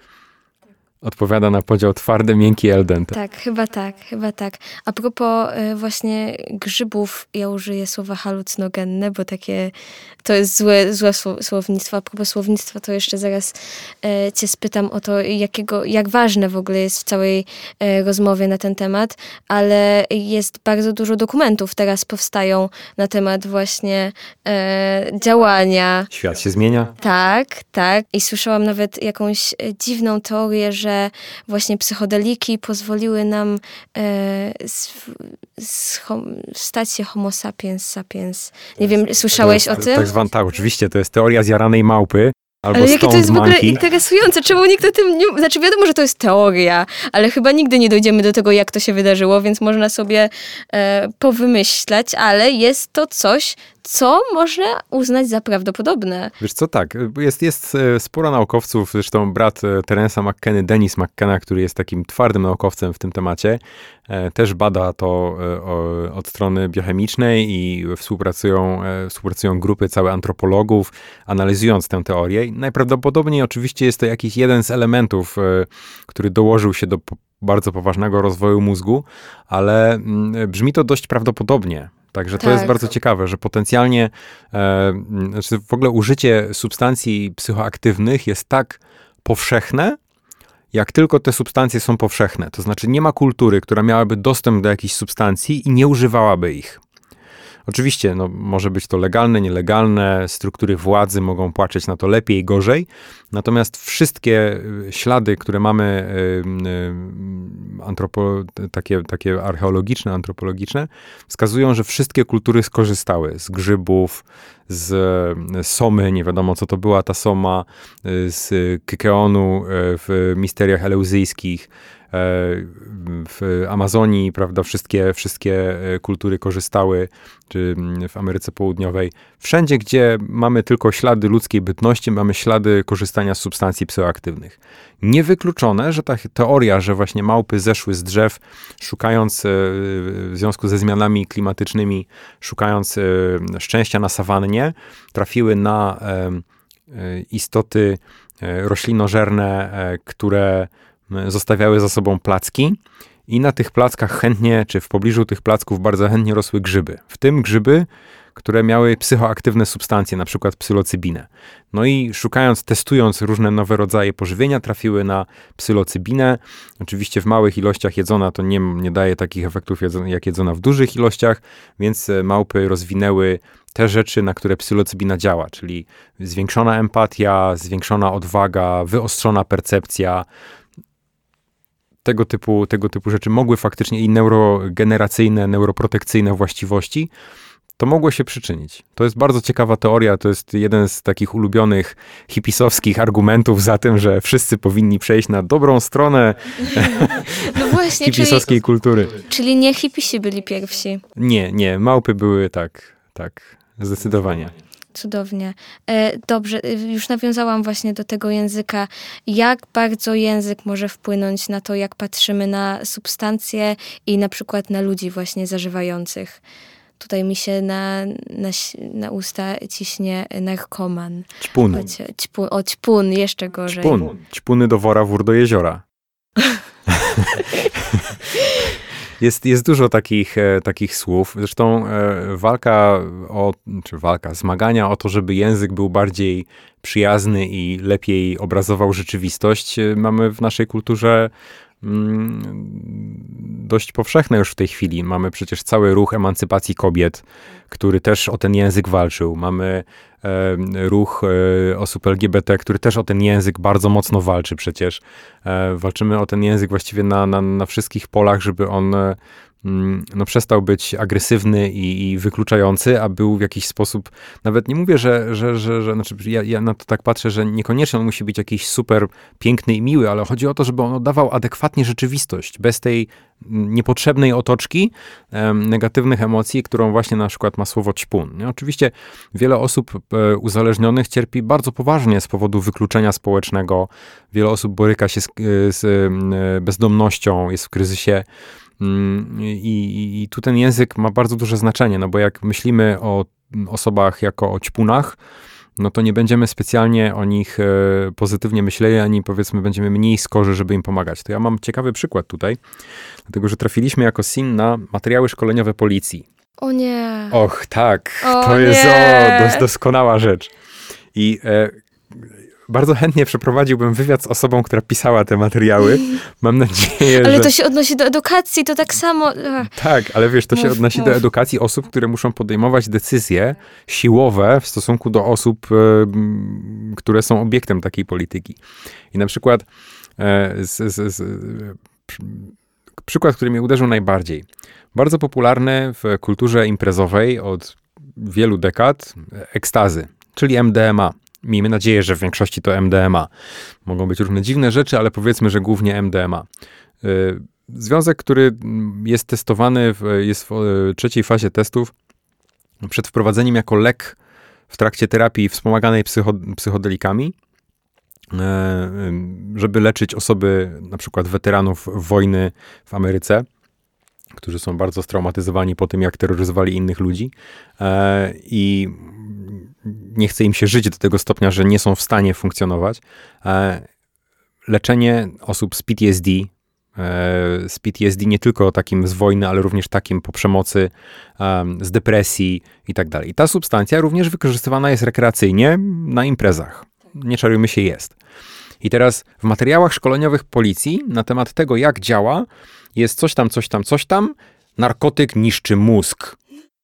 Odpowiada na podział twardy, miękki, el dente. Tak, chyba tak, chyba tak. A propos y, właśnie grzybów, ja użyję słowa halucynogenne, bo takie, to jest złe, złe słownictwo. A propos słownictwa, to jeszcze zaraz y, cię spytam o to, jakiego, jak ważne w ogóle jest w całej y, rozmowie na ten temat, ale jest bardzo dużo dokumentów teraz powstają na temat właśnie y, działania. Świat się zmienia. Tak, tak. I słyszałam nawet jakąś dziwną teorię, że właśnie psychodeliki pozwoliły nam e, z, z hom, stać się homo sapiens sapiens. Nie wiem, słyszałeś jest, o tym? Tak zwana, tak, oczywiście, to jest teoria zjaranej małpy. Albo ale jakie to jest w ogóle monkey. interesujące, czemu nikt o tym nie... Znaczy wiadomo, że to jest teoria, ale chyba nigdy nie dojdziemy do tego, jak to się wydarzyło, więc można sobie e, powymyślać, ale jest to coś, co można uznać za prawdopodobne. Wiesz co, tak, jest, jest sporo naukowców, zresztą brat Terence'a McKenny, Dennis McKenna, który jest takim twardym naukowcem w tym temacie, też bada to od strony biochemicznej i współpracują, współpracują grupy całe antropologów, analizując tę teorię. Najprawdopodobniej oczywiście jest to jakiś jeden z elementów, który dołożył się do bardzo poważnego rozwoju mózgu, ale brzmi to dość prawdopodobnie. Także to tak. jest bardzo ciekawe, że potencjalnie e, znaczy w ogóle użycie substancji psychoaktywnych jest tak powszechne, jak tylko te substancje są powszechne. To znaczy nie ma kultury, która miałaby dostęp do jakichś substancji i nie używałaby ich. Oczywiście no, może być to legalne, nielegalne, struktury władzy mogą patrzeć na to lepiej, gorzej, natomiast wszystkie ślady, które mamy antropo, takie, takie archeologiczne, antropologiczne, wskazują, że wszystkie kultury skorzystały z grzybów, z somy, nie wiadomo co to była ta soma, z kykeonu w misteriach eleuzyjskich, w Amazonii, prawda, wszystkie, wszystkie kultury korzystały, czy w Ameryce Południowej. Wszędzie, gdzie mamy tylko ślady ludzkiej bytności, mamy ślady korzystania z substancji psychoaktywnych. Niewykluczone, że ta teoria, że właśnie małpy zeszły z drzew, szukając w związku ze zmianami klimatycznymi, szukając szczęścia na sawannie, trafiły na istoty roślinożerne, które zostawiały za sobą placki i na tych plackach chętnie, czy w pobliżu tych placków bardzo chętnie rosły grzyby. W tym grzyby, które miały psychoaktywne substancje, na przykład psylocybinę. No i szukając, testując różne nowe rodzaje pożywienia, trafiły na psylocybinę. Oczywiście w małych ilościach jedzona to nie, nie daje takich efektów jak jedzona w dużych ilościach, więc małpy rozwinęły te rzeczy, na które psylocybina działa, czyli zwiększona empatia, zwiększona odwaga, wyostrzona percepcja, tego typu, tego typu rzeczy mogły faktycznie i neurogeneracyjne, neuroprotekcyjne właściwości, to mogło się przyczynić. To jest bardzo ciekawa teoria, to jest jeden z takich ulubionych hipisowskich argumentów za tym, że wszyscy powinni przejść na dobrą stronę no właśnie, hipisowskiej czyli, kultury. Czyli nie hipisi byli pierwsi. Nie, nie, małpy były tak, tak, zdecydowanie. Cudownie. Dobrze, już nawiązałam właśnie do tego języka. Jak bardzo język może wpłynąć na to, jak patrzymy na substancje i na przykład na ludzi właśnie zażywających? tutaj mi się na, na, na usta ciśnie narkoman. Ćpun. O, ćpun, o, ćpun, jeszcze gorzej. Ćpun. Ćpuny do wora, wór do jeziora. Jest, jest dużo takich, e, takich słów. Zresztą e, walka o, czy walka, zmagania o to, żeby język był bardziej przyjazny i lepiej obrazował rzeczywistość, e, mamy w naszej kulturze mm, dość powszechne już w tej chwili. Mamy przecież cały ruch emancypacji kobiet, który też o ten język walczył. Mamy e, ruch e, osób L G B T, który też o ten język bardzo mocno walczy przecież. E, walczymy o ten język właściwie na, na, na wszystkich polach, żeby on e, no, przestał być agresywny i, i wykluczający, a był w jakiś sposób, nawet nie mówię, że, że, że, że znaczy ja, ja na to tak patrzę, że niekoniecznie on musi być jakiś super piękny i miły, ale chodzi o to, żeby on oddawał adekwatnie rzeczywistość, bez tej niepotrzebnej otoczki em, negatywnych emocji, którą właśnie na przykład ma słowo ćpun. Nie? Oczywiście wiele osób e, uzależnionych cierpi bardzo poważnie z powodu wykluczenia społecznego. Wiele osób boryka się z, z e, bezdomnością, jest w kryzysie. I, I tu ten język ma bardzo duże znaczenie, no bo jak myślimy o osobach jako o ćpunach, no to nie będziemy specjalnie o nich e, pozytywnie myśleli, ani powiedzmy będziemy mniej skorzy, żeby im pomagać. To ja mam ciekawy przykład tutaj, dlatego że trafiliśmy jako S I N na materiały szkoleniowe policji. O nie. Och, tak. O to jest nie. o, dos, doskonała rzecz. I e, bardzo chętnie przeprowadziłbym wywiad z osobą, która pisała te materiały. Mam nadzieję, ale że... Ale to się odnosi do edukacji, to tak samo... Tak, ale wiesz, to mów, się odnosi mów. do edukacji osób, które muszą podejmować decyzje siłowe w stosunku do osób, e, które są obiektem takiej polityki. I na przykład e, z, z, z, przykład, który mnie uderzył najbardziej. Bardzo popularny w kulturze imprezowej od wielu dekad ekstazy, czyli M D M A. Miejmy nadzieję, że w większości to M D M A. Mogą być różne dziwne rzeczy, ale powiedzmy, że głównie M D M A. Związek, który jest testowany, w, jest w trzeciej fazie testów przed wprowadzeniem jako lek w trakcie terapii wspomaganej psycho, psychodelikami, żeby leczyć osoby, na przykład weteranów wojny w Ameryce, którzy są bardzo straumatyzowani po tym, jak terroryzowali innych ludzi i nie chce im się żyć do tego stopnia, że nie są w stanie funkcjonować. Leczenie osób z P T S D, z P T S D nie tylko takim z wojny, ale również takim po przemocy, z depresji i tak dalej. I ta substancja również wykorzystywana jest rekreacyjnie na imprezach. Nie czarujmy się, jest. I teraz w materiałach szkoleniowych policji na temat tego, jak działa, jest coś tam, coś tam, coś tam, narkotyk niszczy mózg.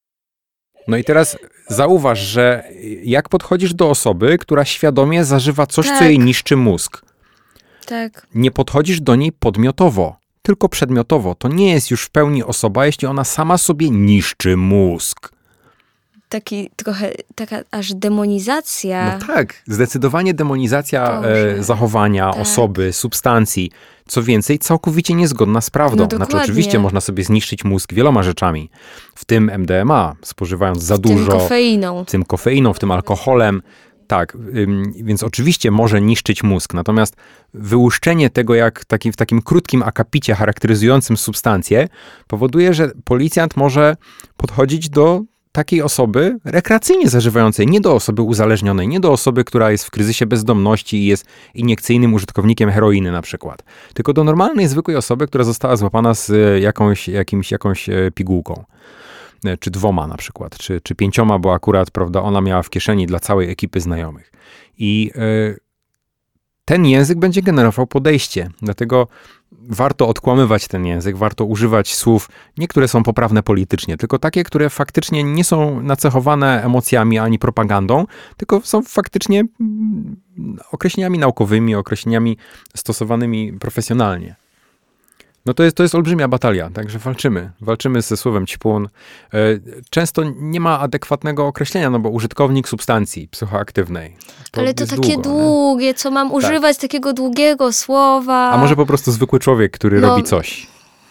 No i teraz zauważ, że jak podchodzisz do osoby, która świadomie zażywa coś, tak. co jej niszczy mózg. Tak. Nie podchodzisz do niej podmiotowo, tylko przedmiotowo. To nie jest już w pełni osoba, jeśli ona sama sobie niszczy mózg. Taki trochę, taka aż demonizacja. No tak, zdecydowanie demonizacja e, zachowania, tak. osoby, substancji. Co więcej, całkowicie niezgodna z prawdą. No znaczy oczywiście można sobie zniszczyć mózg wieloma rzeczami, w tym M D M A, spożywając za w dużo. Tym kofeiną. W tym kofeiną, w tym alkoholem. Tak, ym, więc oczywiście może niszczyć mózg, natomiast wyłuszczenie tego jak taki, w takim krótkim akapicie charakteryzującym substancję powoduje, że policjant może podchodzić do takiej osoby rekreacyjnie zażywającej, nie do osoby uzależnionej, nie do osoby, która jest w kryzysie bezdomności i jest iniekcyjnym użytkownikiem heroiny na przykład, tylko do normalnej, zwykłej osoby, która została złapana z jakąś, jakimś, jakąś pigułką. Czy dwoma na przykład, czy, czy pięcioma, bo akurat, prawda, ona miała w kieszeni dla całej ekipy znajomych. I y, ten język będzie generował podejście, dlatego warto odkłamywać ten język, warto używać słów, nie które są poprawne politycznie, tylko takie, które faktycznie nie są nacechowane emocjami ani propagandą, tylko są faktycznie określeniami naukowymi, określeniami stosowanymi profesjonalnie. No to jest, to jest olbrzymia batalia, także walczymy. Walczymy ze słowem ćpun. Często nie ma adekwatnego określenia, no bo użytkownik substancji psychoaktywnej. To Ale to takie długo, długie, nie? Co mam tak. używać takiego długiego słowa? A może po prostu zwykły człowiek, który no, robi coś.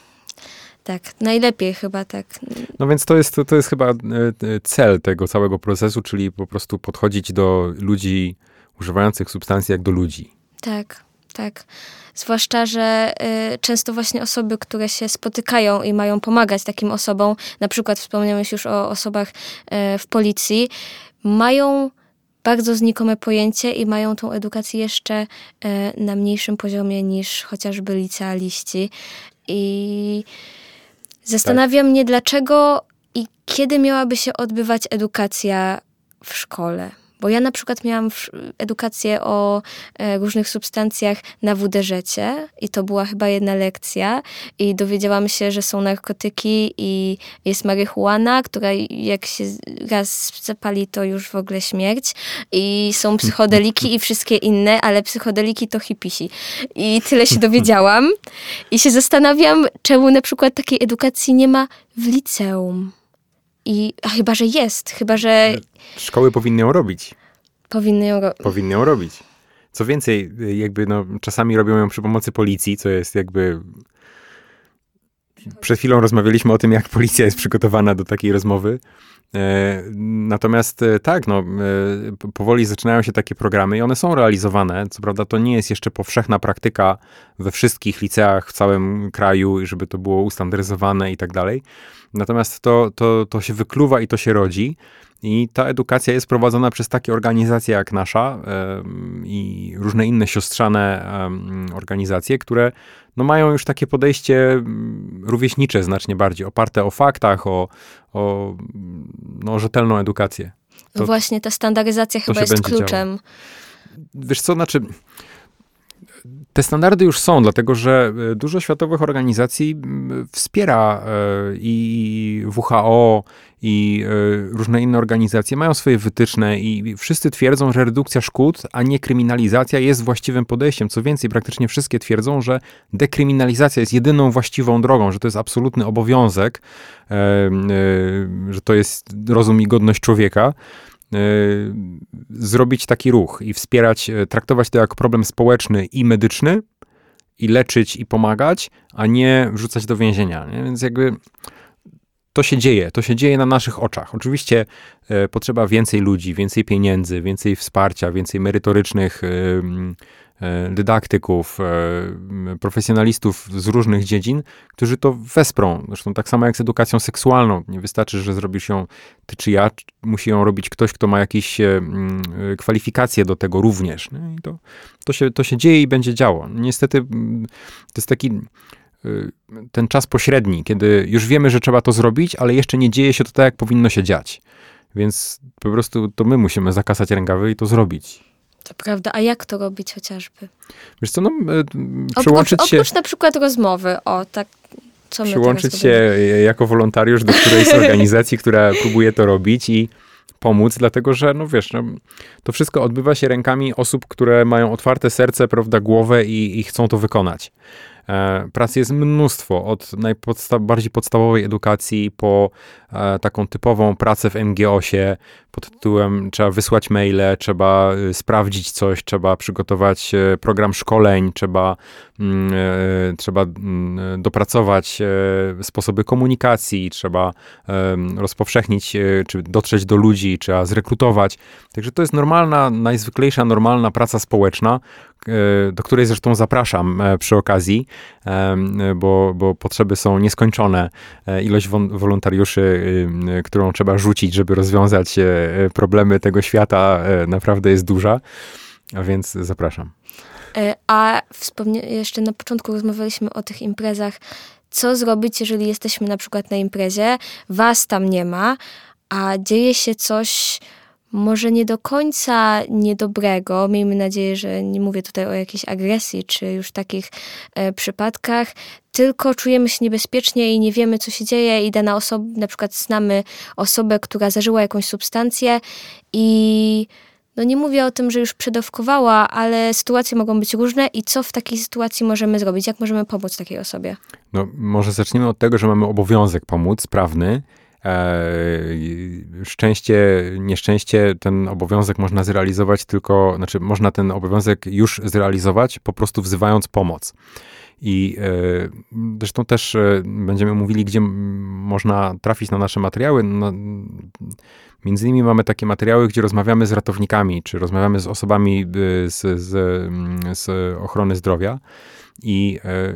Tak, najlepiej chyba tak. No więc to jest, to jest chyba cel tego całego procesu, czyli po prostu podchodzić do ludzi używających substancji jak do ludzi. Tak. Tak. Zwłaszcza, że y, często właśnie osoby, które się spotykają i mają pomagać takim osobom, na przykład wspomniałeś już o osobach y, w policji, mają bardzo znikome pojęcie i mają tą edukację jeszcze y, na mniejszym poziomie niż chociażby licealiści. I zastanawiam tak. mnie, dlaczego i kiedy miałaby się odbywać edukacja w szkole. Bo ja na przykład miałam edukację o e, różnych substancjach na W D Ż-cie i to była chyba jedna lekcja i dowiedziałam się, że są narkotyki i jest marihuana, która jak się raz zapali, to już w ogóle śmierć i są psychodeliki i wszystkie inne, ale psychodeliki to hipisi. I tyle się dowiedziałam i się zastanawiam, czemu na przykład takiej edukacji nie ma w liceum. I, a chyba, że jest. Chyba, że... Szkoły powinny ją robić. Powinny ją, ro... powinny ją robić. Co więcej, jakby no, czasami robią ją przy pomocy policji, co jest jakby... Przed chwilą rozmawialiśmy o tym, jak policja jest przygotowana do takiej rozmowy. E, natomiast e, tak, no, e, powoli zaczynają się takie programy i one są realizowane. Co prawda to nie jest jeszcze powszechna praktyka we wszystkich liceach w całym kraju, żeby to było ustandaryzowane i tak dalej. Natomiast to, to, to się wykluwa i to się rodzi. I ta edukacja jest prowadzona przez takie organizacje jak nasza e, i różne inne siostrzane e, organizacje, które no, mają już takie podejście rówieśnicze znacznie bardziej, oparte o faktach, o, o no, rzetelną edukację. To, no właśnie, ta standaryzacja chyba jest kluczem. Działo. Wiesz co, znaczy... Te standardy już są, dlatego że dużo światowych organizacji wspiera i W H O, i różne inne organizacje mają swoje wytyczne i wszyscy twierdzą, że redukcja szkód, a nie kryminalizacja jest właściwym podejściem. Co więcej, praktycznie wszystkie twierdzą, że dekryminalizacja jest jedyną właściwą drogą, że to jest absolutny obowiązek, że to jest rozum i godność człowieka. Zrobić taki ruch i wspierać, traktować to jako problem społeczny i medyczny i leczyć i pomagać, a nie wrzucać do więzienia. Nie? Więc jakby to się dzieje, to się dzieje na naszych oczach. Oczywiście e, potrzeba więcej ludzi, więcej pieniędzy, więcej wsparcia, więcej merytorycznych e, e, dydaktyków, e, profesjonalistów z różnych dziedzin, którzy to wesprą. Zresztą tak samo jak z edukacją seksualną. Nie wystarczy, że zrobisz ją ty czy ja, musi ją robić ktoś, kto ma jakieś e, kwalifikacje do tego również. Nie? I to, to, się, to się dzieje i będzie działo. Niestety to jest taki ten czas pośredni, kiedy już wiemy, że trzeba to zrobić, ale jeszcze nie dzieje się to tak, jak powinno się dziać. Więc po prostu to my musimy zakasać rękawy i to zrobić. To prawda. A jak to robić chociażby? Wiesz co, no przyłączyć oprócz, się... Oprócz na przykład rozmowy, o tak, co my Przyłączyć się jako wolontariusz do którejś z organizacji, która próbuje to robić i pomóc, dlatego że, no wiesz, no, to wszystko odbywa się rękami osób, które mają otwarte serce, prawda, głowę i, i chcą to wykonać. E, pracy jest mnóstwo, od najbardziej podstawowej edukacji po e, taką typową pracę w M G O sie pod tytułem trzeba wysłać maile, trzeba y, sprawdzić coś, trzeba przygotować y, program szkoleń, trzeba, y, y, trzeba y, dopracować y, sposoby komunikacji, trzeba y, rozpowszechnić, y, czy dotrzeć do ludzi, trzeba zrekrutować. Także to jest normalna, najzwyklejsza, normalna praca społeczna, do której zresztą zapraszam przy okazji, bo, bo potrzeby są nieskończone. Ilość wolontariuszy, którą trzeba rzucić, żeby rozwiązać problemy tego świata, naprawdę jest duża, a więc zapraszam. A wspomnę, jeszcze na początku rozmawialiśmy o tych imprezach. Co zrobić, jeżeli jesteśmy na przykład na imprezie, was tam nie ma, a dzieje się coś może nie do końca niedobrego, miejmy nadzieję, że nie mówię tutaj o jakiejś agresji, czy już takich e, przypadkach, tylko czujemy się niebezpiecznie i nie wiemy, co się dzieje i dana osoba, na przykład znamy osobę, która zażyła jakąś substancję i no nie mówię o tym, że już przedawkowała, ale sytuacje mogą być różne i co w takiej sytuacji możemy zrobić? Jak możemy pomóc takiej osobie? No może zacznijmy od tego, że mamy obowiązek pomóc, prawny, Szczęście, nieszczęście, ten obowiązek można zrealizować tylko, znaczy można ten obowiązek już zrealizować, po prostu wzywając pomoc. I zresztą też będziemy mówili, gdzie można trafić na nasze materiały. No, między innymi mamy takie materiały, gdzie rozmawiamy z ratownikami, czy rozmawiamy z osobami z, z, z ochrony zdrowia i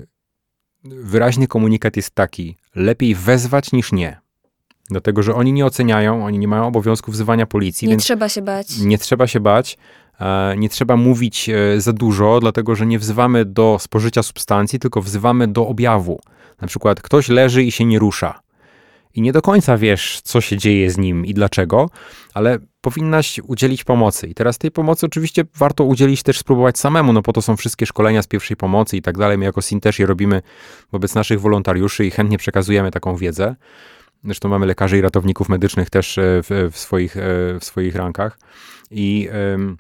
wyraźny komunikat jest taki, lepiej wezwać niż nie. Dlatego, że oni nie oceniają, oni nie mają obowiązku wzywania policji. Nie więc trzeba się bać. Nie trzeba się bać. Nie trzeba mówić za dużo, dlatego, że nie wzywamy do spożycia substancji, tylko wzywamy do objawu. Na przykład ktoś leży i się nie rusza. I nie do końca wiesz, co się dzieje z nim i dlaczego, ale powinnaś udzielić pomocy. I teraz tej pomocy oczywiście warto udzielić też, spróbować samemu, no po to są wszystkie szkolenia z pierwszej pomocy i tak dalej. My jako S I N też je robimy wobec naszych wolontariuszy i chętnie przekazujemy taką wiedzę. Zresztą mamy lekarzy i ratowników medycznych też w, w, swoich, w swoich rankach. I ym,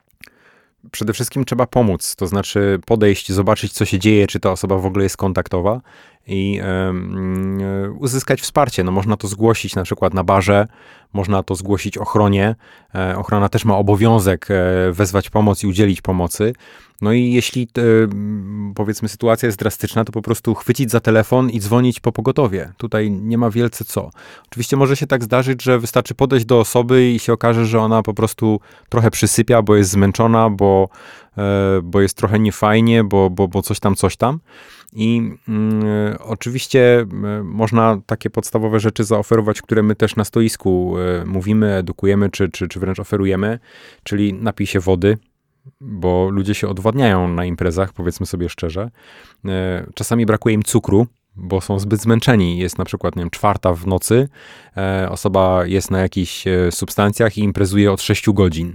przede wszystkim trzeba pomóc, to znaczy podejść, zobaczyć, co się dzieje, czy ta osoba w ogóle jest kontaktowa i um, uzyskać wsparcie. No, można to zgłosić na przykład na barze, można to zgłosić ochronie. E, ochrona też ma obowiązek e, wezwać pomoc i udzielić pomocy. No i jeśli e, powiedzmy sytuacja jest drastyczna, to po prostu chwycić za telefon i dzwonić po pogotowie. Tutaj nie ma wielce co. Oczywiście może się tak zdarzyć, że wystarczy podejść do osoby i się okaże, że ona po prostu trochę przysypia, bo jest zmęczona, bo, e, bo jest trochę niefajnie, bo, bo, bo coś tam, coś tam. I y, oczywiście y, można takie podstawowe rzeczy zaoferować, które my też na stoisku y, mówimy, edukujemy, czy, czy, czy wręcz oferujemy, czyli napij się wody, bo ludzie się odwadniają na imprezach, powiedzmy sobie szczerze. Y, czasami brakuje im cukru, bo są zbyt zmęczeni. Jest na przykład, nie wiem, czwarta w nocy, y, osoba jest na jakichś y, substancjach i imprezuje od sześciu godzin.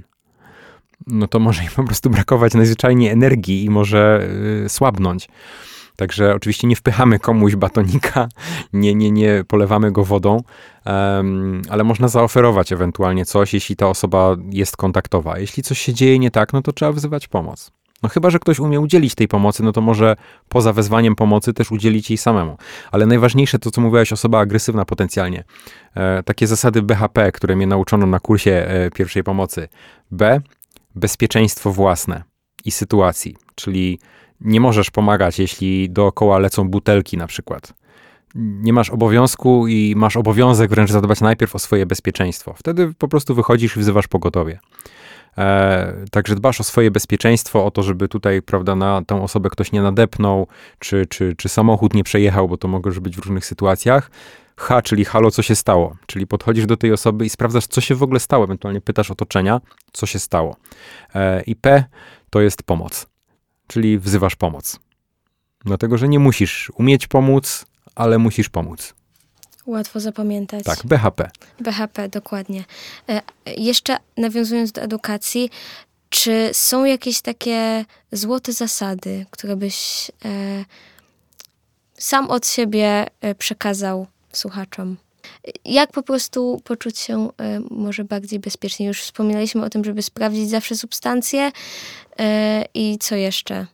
No to może im po prostu brakować najzwyczajniej energii i może y, słabnąć. Także oczywiście nie wpychamy komuś batonika, nie, nie, nie polewamy go wodą, um, ale można zaoferować ewentualnie coś, jeśli ta osoba jest kontaktowa. Jeśli coś się dzieje nie tak, no to trzeba wzywać pomoc. No chyba, że ktoś umie udzielić tej pomocy, no to może poza wezwaniem pomocy też udzielić jej samemu. Ale najważniejsze to, co mówiłaś, osoba agresywna potencjalnie. E, takie zasady B H P, które mnie nauczono na kursie e, pierwszej pomocy. B, bezpieczeństwo własne i sytuacji, czyli nie możesz pomagać, jeśli dookoła lecą butelki na przykład. Nie masz obowiązku i masz obowiązek wręcz zadbać najpierw o swoje bezpieczeństwo. Wtedy po prostu wychodzisz i wzywasz pogotowie. E, także dbasz o swoje bezpieczeństwo, o to, żeby tutaj, prawda, na tę osobę ktoś nie nadepnął, czy, czy, czy samochód nie przejechał, bo to może być w różnych sytuacjach. H, czyli halo, co się stało? Czyli podchodzisz do tej osoby i sprawdzasz, co się w ogóle stało. Ewentualnie pytasz otoczenia, co się stało. E, I P, to jest pomoc. Czyli wzywasz pomoc. Dlatego, że nie musisz umieć pomóc, ale musisz pomóc. Łatwo zapamiętać. Tak, B H P. B H P, dokładnie. E, jeszcze nawiązując do edukacji, czy są jakieś takie złote zasady, które byś e, sam od siebie e, przekazał słuchaczom? Jak po prostu poczuć się e, może bardziej bezpiecznie? Już wspominaliśmy o tym, żeby sprawdzić zawsze substancje e, i co jeszcze?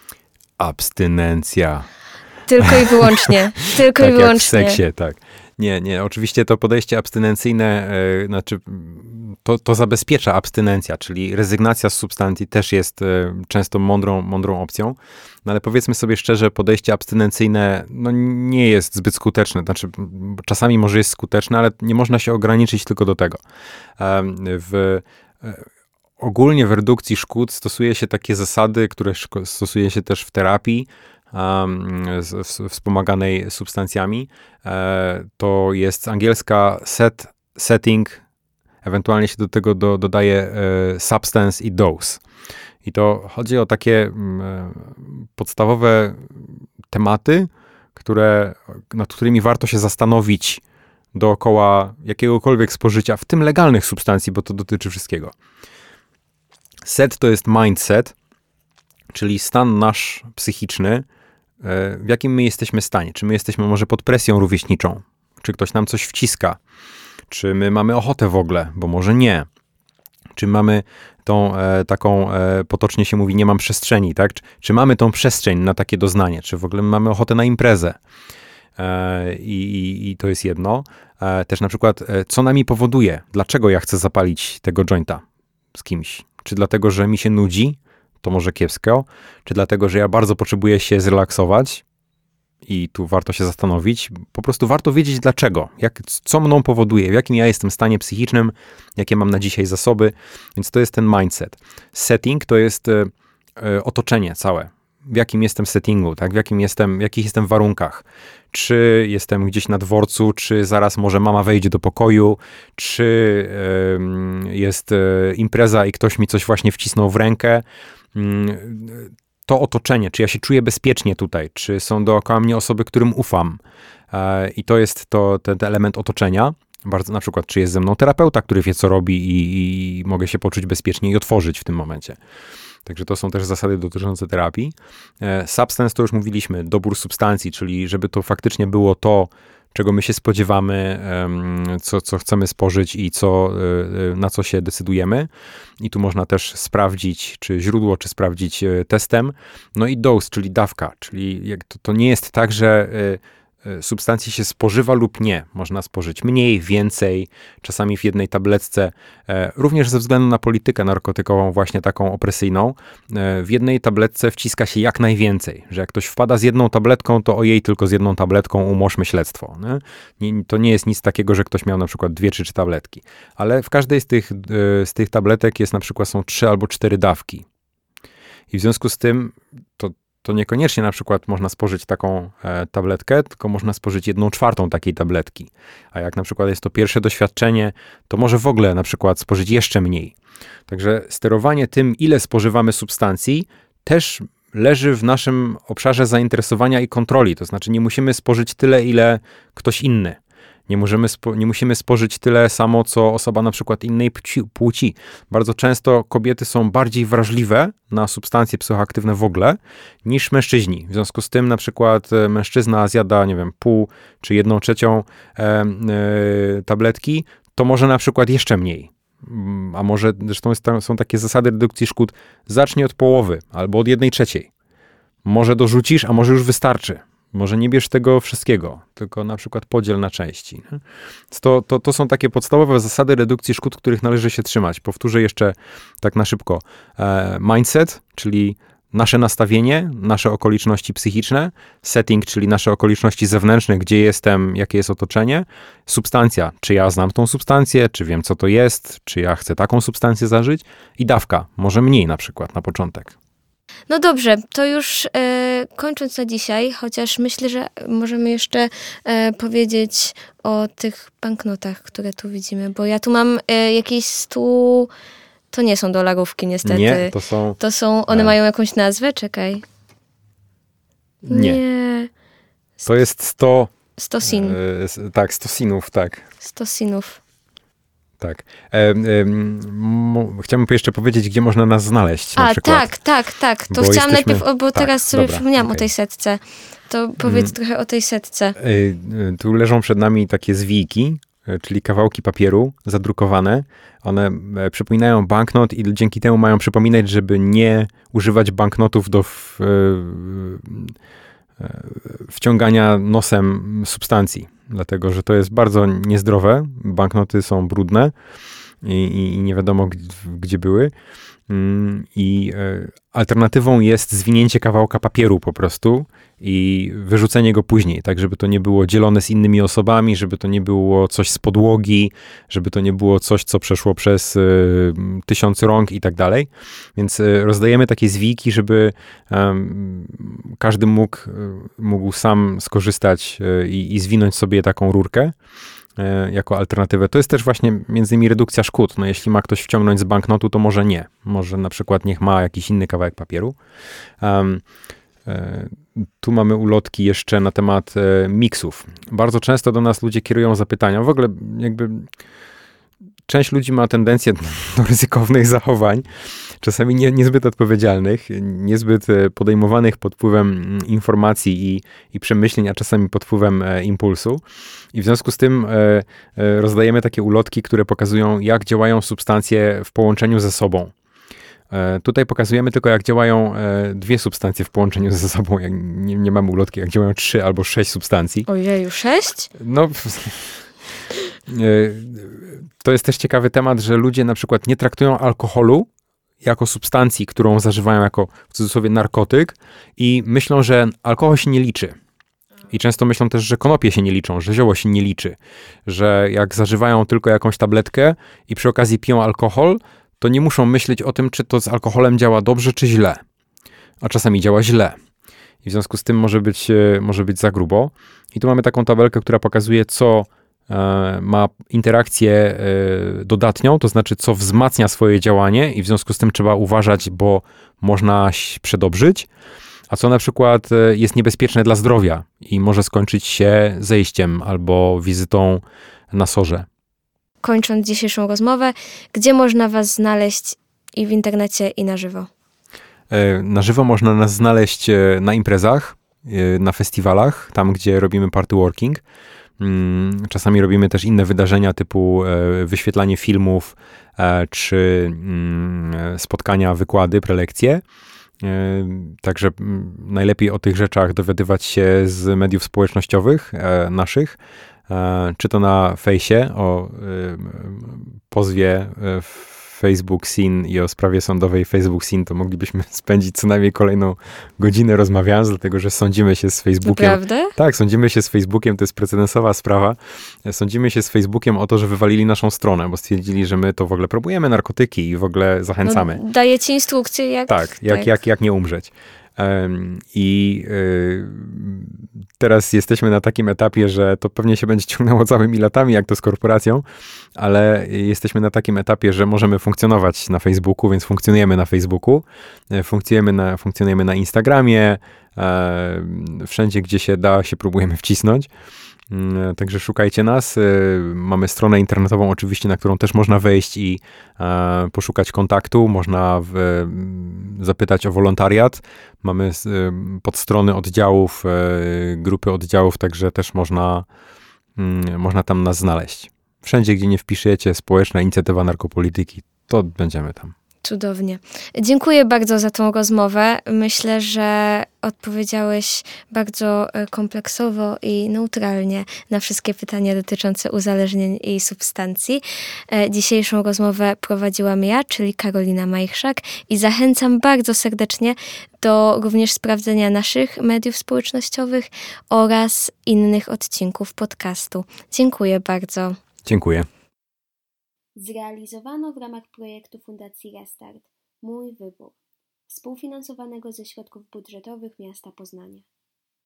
Abstynencja. Tylko i wyłącznie. Tylko tak i wyłącznie. Jak w seksie, tak. Nie, nie. Oczywiście to podejście abstynencyjne, e, znaczy to, to zabezpiecza abstynencja, czyli rezygnacja z substancji też jest e, często mądrą, mądrą opcją. No ale powiedzmy sobie szczerze, podejście abstynencyjne no, nie jest zbyt skuteczne. Znaczy czasami może jest skuteczne, ale nie można się ograniczyć tylko do tego. E, w e, Ogólnie w redukcji szkód stosuje się takie zasady, które stosuje się też w terapii um, z, z, wspomaganej substancjami. E, to jest angielska set, setting, ewentualnie się do tego do, dodaje e, substance i dose. I to chodzi o takie m, podstawowe tematy, które, nad którymi warto się zastanowić dookoła jakiegokolwiek spożycia, w tym legalnych substancji, bo to dotyczy wszystkiego. Set to jest mindset, czyli stan nasz psychiczny, w jakim my jesteśmy stanie. Czy my jesteśmy może pod presją rówieśniczą? Czy ktoś nam coś wciska? Czy my mamy ochotę w ogóle? Bo może nie. Czy mamy tą e, taką, e, potocznie się mówi, nie mam przestrzeni, tak? Czy, czy mamy tą przestrzeń na takie doznanie? Czy w ogóle mamy ochotę na imprezę? i, i to jest jedno. Też na przykład, co nami powoduje, dlaczego ja chcę zapalić tego jointa z kimś. Czy dlatego, że mi się nudzi, to może kiepsko, czy dlatego, że ja bardzo potrzebuję się zrelaksować i tu warto się zastanowić. Po prostu warto wiedzieć dlaczego, jak, co mną powoduje, w jakim ja jestem stanie psychicznym, jakie mam na dzisiaj zasoby, więc to jest ten mindset. Setting to jest y, y, otoczenie całe, w jakim jestem settingu, tak? w, jakim jestem, w jakich jestem warunkach. Czy jestem gdzieś na dworcu, czy zaraz może mama wejdzie do pokoju, czy y, jest y, impreza i ktoś mi coś właśnie wcisnął w rękę. Y, to otoczenie, czy ja się czuję bezpiecznie tutaj, czy są dookoła mnie osoby, którym ufam. Y, I to jest to, ten, ten element otoczenia. Bardzo, na przykład, czy jest ze mną terapeuta, który wie, co robi i, i mogę się poczuć bezpiecznie i otworzyć w tym momencie. Także to są też zasady dotyczące terapii. E, substance to już mówiliśmy, dobór substancji, czyli żeby to faktycznie było to, czego my się spodziewamy, e, co, co chcemy spożyć i co, e, na co się decydujemy. I tu można też sprawdzić, czy źródło, czy sprawdzić e, testem. No i dose, czyli dawka, czyli jak to, to nie jest tak, że e, substancji się spożywa lub nie. Można spożyć mniej, więcej, czasami w jednej tabletce. Również ze względu na politykę narkotykową, właśnie taką opresyjną, w jednej tabletce wciska się jak najwięcej. Że jak ktoś wpada z jedną tabletką, to ojej, tylko z jedną tabletką umorzmy śledztwo. Nie? Nie, to nie jest nic takiego, że ktoś miał na przykład dwie czy trzy tabletki. Ale w każdej z tych, z tych tabletek jest na przykład są trzy albo cztery dawki. I w związku z tym to to niekoniecznie na przykład można spożyć taką e, tabletkę, tylko można spożyć jedną czwartą takiej tabletki. A jak na przykład jest to pierwsze doświadczenie, to może w ogóle na przykład spożyć jeszcze mniej. Także sterowanie tym, ile spożywamy substancji, też leży w naszym obszarze zainteresowania i kontroli. To znaczy nie musimy spożyć tyle, ile ktoś inny. Nie, możemy spo, nie musimy spożyć tyle samo, co osoba na przykład innej płci, płci. Bardzo często kobiety są bardziej wrażliwe na substancje psychoaktywne w ogóle niż mężczyźni. W związku z tym na przykład mężczyzna zjada, nie wiem, pół czy jedną trzecią e, e, tabletki, to może na przykład jeszcze mniej. A może, zresztą jest, są takie zasady redukcji szkód, zacznij od połowy albo od jednej trzeciej. Może dorzucisz, a może już wystarczy. Może nie bierz tego wszystkiego, tylko na przykład podziel na części. To, to, to są takie podstawowe zasady redukcji szkód, których należy się trzymać. Powtórzę jeszcze tak na szybko. Mindset, czyli nasze nastawienie, nasze okoliczności psychiczne. Setting, czyli nasze okoliczności zewnętrzne, gdzie jestem, jakie jest otoczenie. Substancja, czy ja znam tą substancję, czy wiem, co to jest, czy ja chcę taką substancję zażyć. I dawka, może mniej na przykład na początek. No dobrze, to już e, kończąc na dzisiaj, chociaż myślę, że możemy jeszcze e, powiedzieć o tych banknotach, które tu widzimy, bo ja tu mam e, jakieś stu... To nie są dolarówki niestety. Nie, to są... To są, one e... mają jakąś nazwę? Czekaj. Nie. nie. To jest sto... sto sin. E, tak, sto sinów, tak. sto sinów. Tak. E, e, m, chciałbym jeszcze powiedzieć, gdzie można nas znaleźć. Na A, przykład. tak, tak, tak. To bo chciałam jesteśmy... najpierw, bo tak, teraz sobie dobra, przypomniałam okay. o tej setce. To powiedz hmm. trochę o tej setce. E, tu leżą przed nami takie zwijki, czyli kawałki papieru zadrukowane. One przypominają banknot i dzięki temu mają przypominać, żeby nie używać banknotów do w, wciągania nosem substancji. Dlatego, że to jest bardzo niezdrowe. Banknoty są brudne i, i nie wiadomo, gdzie, gdzie były. I alternatywą jest zwinięcie kawałka papieru po prostu i wyrzucenie go później, tak żeby to nie było dzielone z innymi osobami, żeby to nie było coś z podłogi, żeby to nie było coś, co przeszło przez y, tysiąc rąk i tak dalej. Więc y, rozdajemy takie zwijki, żeby y, każdy mógł, y, mógł sam skorzystać y, i zwinąć sobie taką rurkę jako alternatywę. To jest też właśnie między innymi redukcja szkód. No jeśli ma ktoś wciągnąć z banknotu, to może nie. Może na przykład niech ma jakiś inny kawałek papieru. Um, e, tu mamy ulotki jeszcze na temat e, miksów. Bardzo często do nas ludzie kierują zapytania. W ogóle jakby część ludzi ma tendencję do ryzykownych zachowań, czasami nie, niezbyt odpowiedzialnych, niezbyt podejmowanych pod wpływem informacji i, i przemyśleń, a czasami pod wpływem e, impulsu. I w związku z tym e, e, rozdajemy takie ulotki, które pokazują, jak działają substancje w połączeniu ze sobą. Tutaj pokazujemy tylko, jak działają dwie substancje w połączeniu ze sobą. Jak nie, nie mamy ulotki, jak działają trzy albo sześć substancji. Ojeju, sześć? No, to jest też ciekawy temat, że ludzie na przykład nie traktują alkoholu jako substancji, którą zażywają jako, w cudzysłowie, narkotyk i myślą, że alkohol się nie liczy. I często myślą też, że konopie się nie liczą, że zioło się nie liczy, że jak zażywają tylko jakąś tabletkę i przy okazji piją alkohol, to nie muszą myśleć o tym, czy to z alkoholem działa dobrze, czy źle. A czasami działa źle. I w związku z tym może być, może być za grubo. I tu mamy taką tabelkę, która pokazuje, co e, ma interakcję e, dodatnią, to znaczy, co wzmacnia swoje działanie i w związku z tym trzeba uważać, bo można przedobrzyć, a co na przykład jest niebezpieczne dla zdrowia i może skończyć się zejściem albo wizytą na sorze. Kończąc dzisiejszą rozmowę, gdzie można was znaleźć i w internecie, i na żywo? Na żywo można nas znaleźć na imprezach, na festiwalach, tam gdzie robimy party working. Czasami robimy też inne wydarzenia typu wyświetlanie filmów, czy spotkania, wykłady, prelekcje. Także najlepiej o tych rzeczach dowiadywać się z mediów społecznościowych naszych, czy to na fejsie o pozwie Facebook Sin i o sprawie sądowej Facebook Sin, to moglibyśmy spędzić co najmniej kolejną godzinę rozmawiając, dlatego że sądzimy się z Facebookiem. Naprawdę? Tak, sądzimy się z Facebookiem, to jest precedensowa sprawa. Sądzimy się z Facebookiem o to, że wywalili naszą stronę, bo stwierdzili, że my to w ogóle próbujemy narkotyki i w ogóle zachęcamy. No, dajecie instrukcje, jak... Tak, jak, tak. Jak, jak nie umrzeć. I teraz jesteśmy na takim etapie, że to pewnie się będzie ciągnęło całymi latami, jak to z korporacją, ale jesteśmy na takim etapie, że możemy funkcjonować na Facebooku, więc funkcjonujemy na Facebooku, funkcjonujemy na, funkcjonujemy na Instagramie, wszędzie, gdzie się da, się próbujemy wcisnąć. Także szukajcie nas. Mamy stronę internetową oczywiście, na którą też można wejść i poszukać kontaktu. Można w, zapytać o wolontariat. Mamy podstrony oddziałów, grupy oddziałów, także też można, można tam nas znaleźć. Wszędzie, gdzie nie wpiszecie Społeczna Inicjatywa Narkopolityki, to będziemy tam. Cudownie. Dziękuję bardzo za tą rozmowę. Myślę, że odpowiedziałeś bardzo kompleksowo i neutralnie na wszystkie pytania dotyczące uzależnień i substancji. Dzisiejszą rozmowę prowadziłam ja, czyli Karolina Majchrzak, i zachęcam bardzo serdecznie do również sprawdzenia naszych mediów społecznościowych oraz innych odcinków podcastu. Dziękuję bardzo. Dziękuję. Zrealizowano w ramach projektu Fundacji Restart Mój Wybór, współfinansowanego ze środków budżetowych miasta Poznania.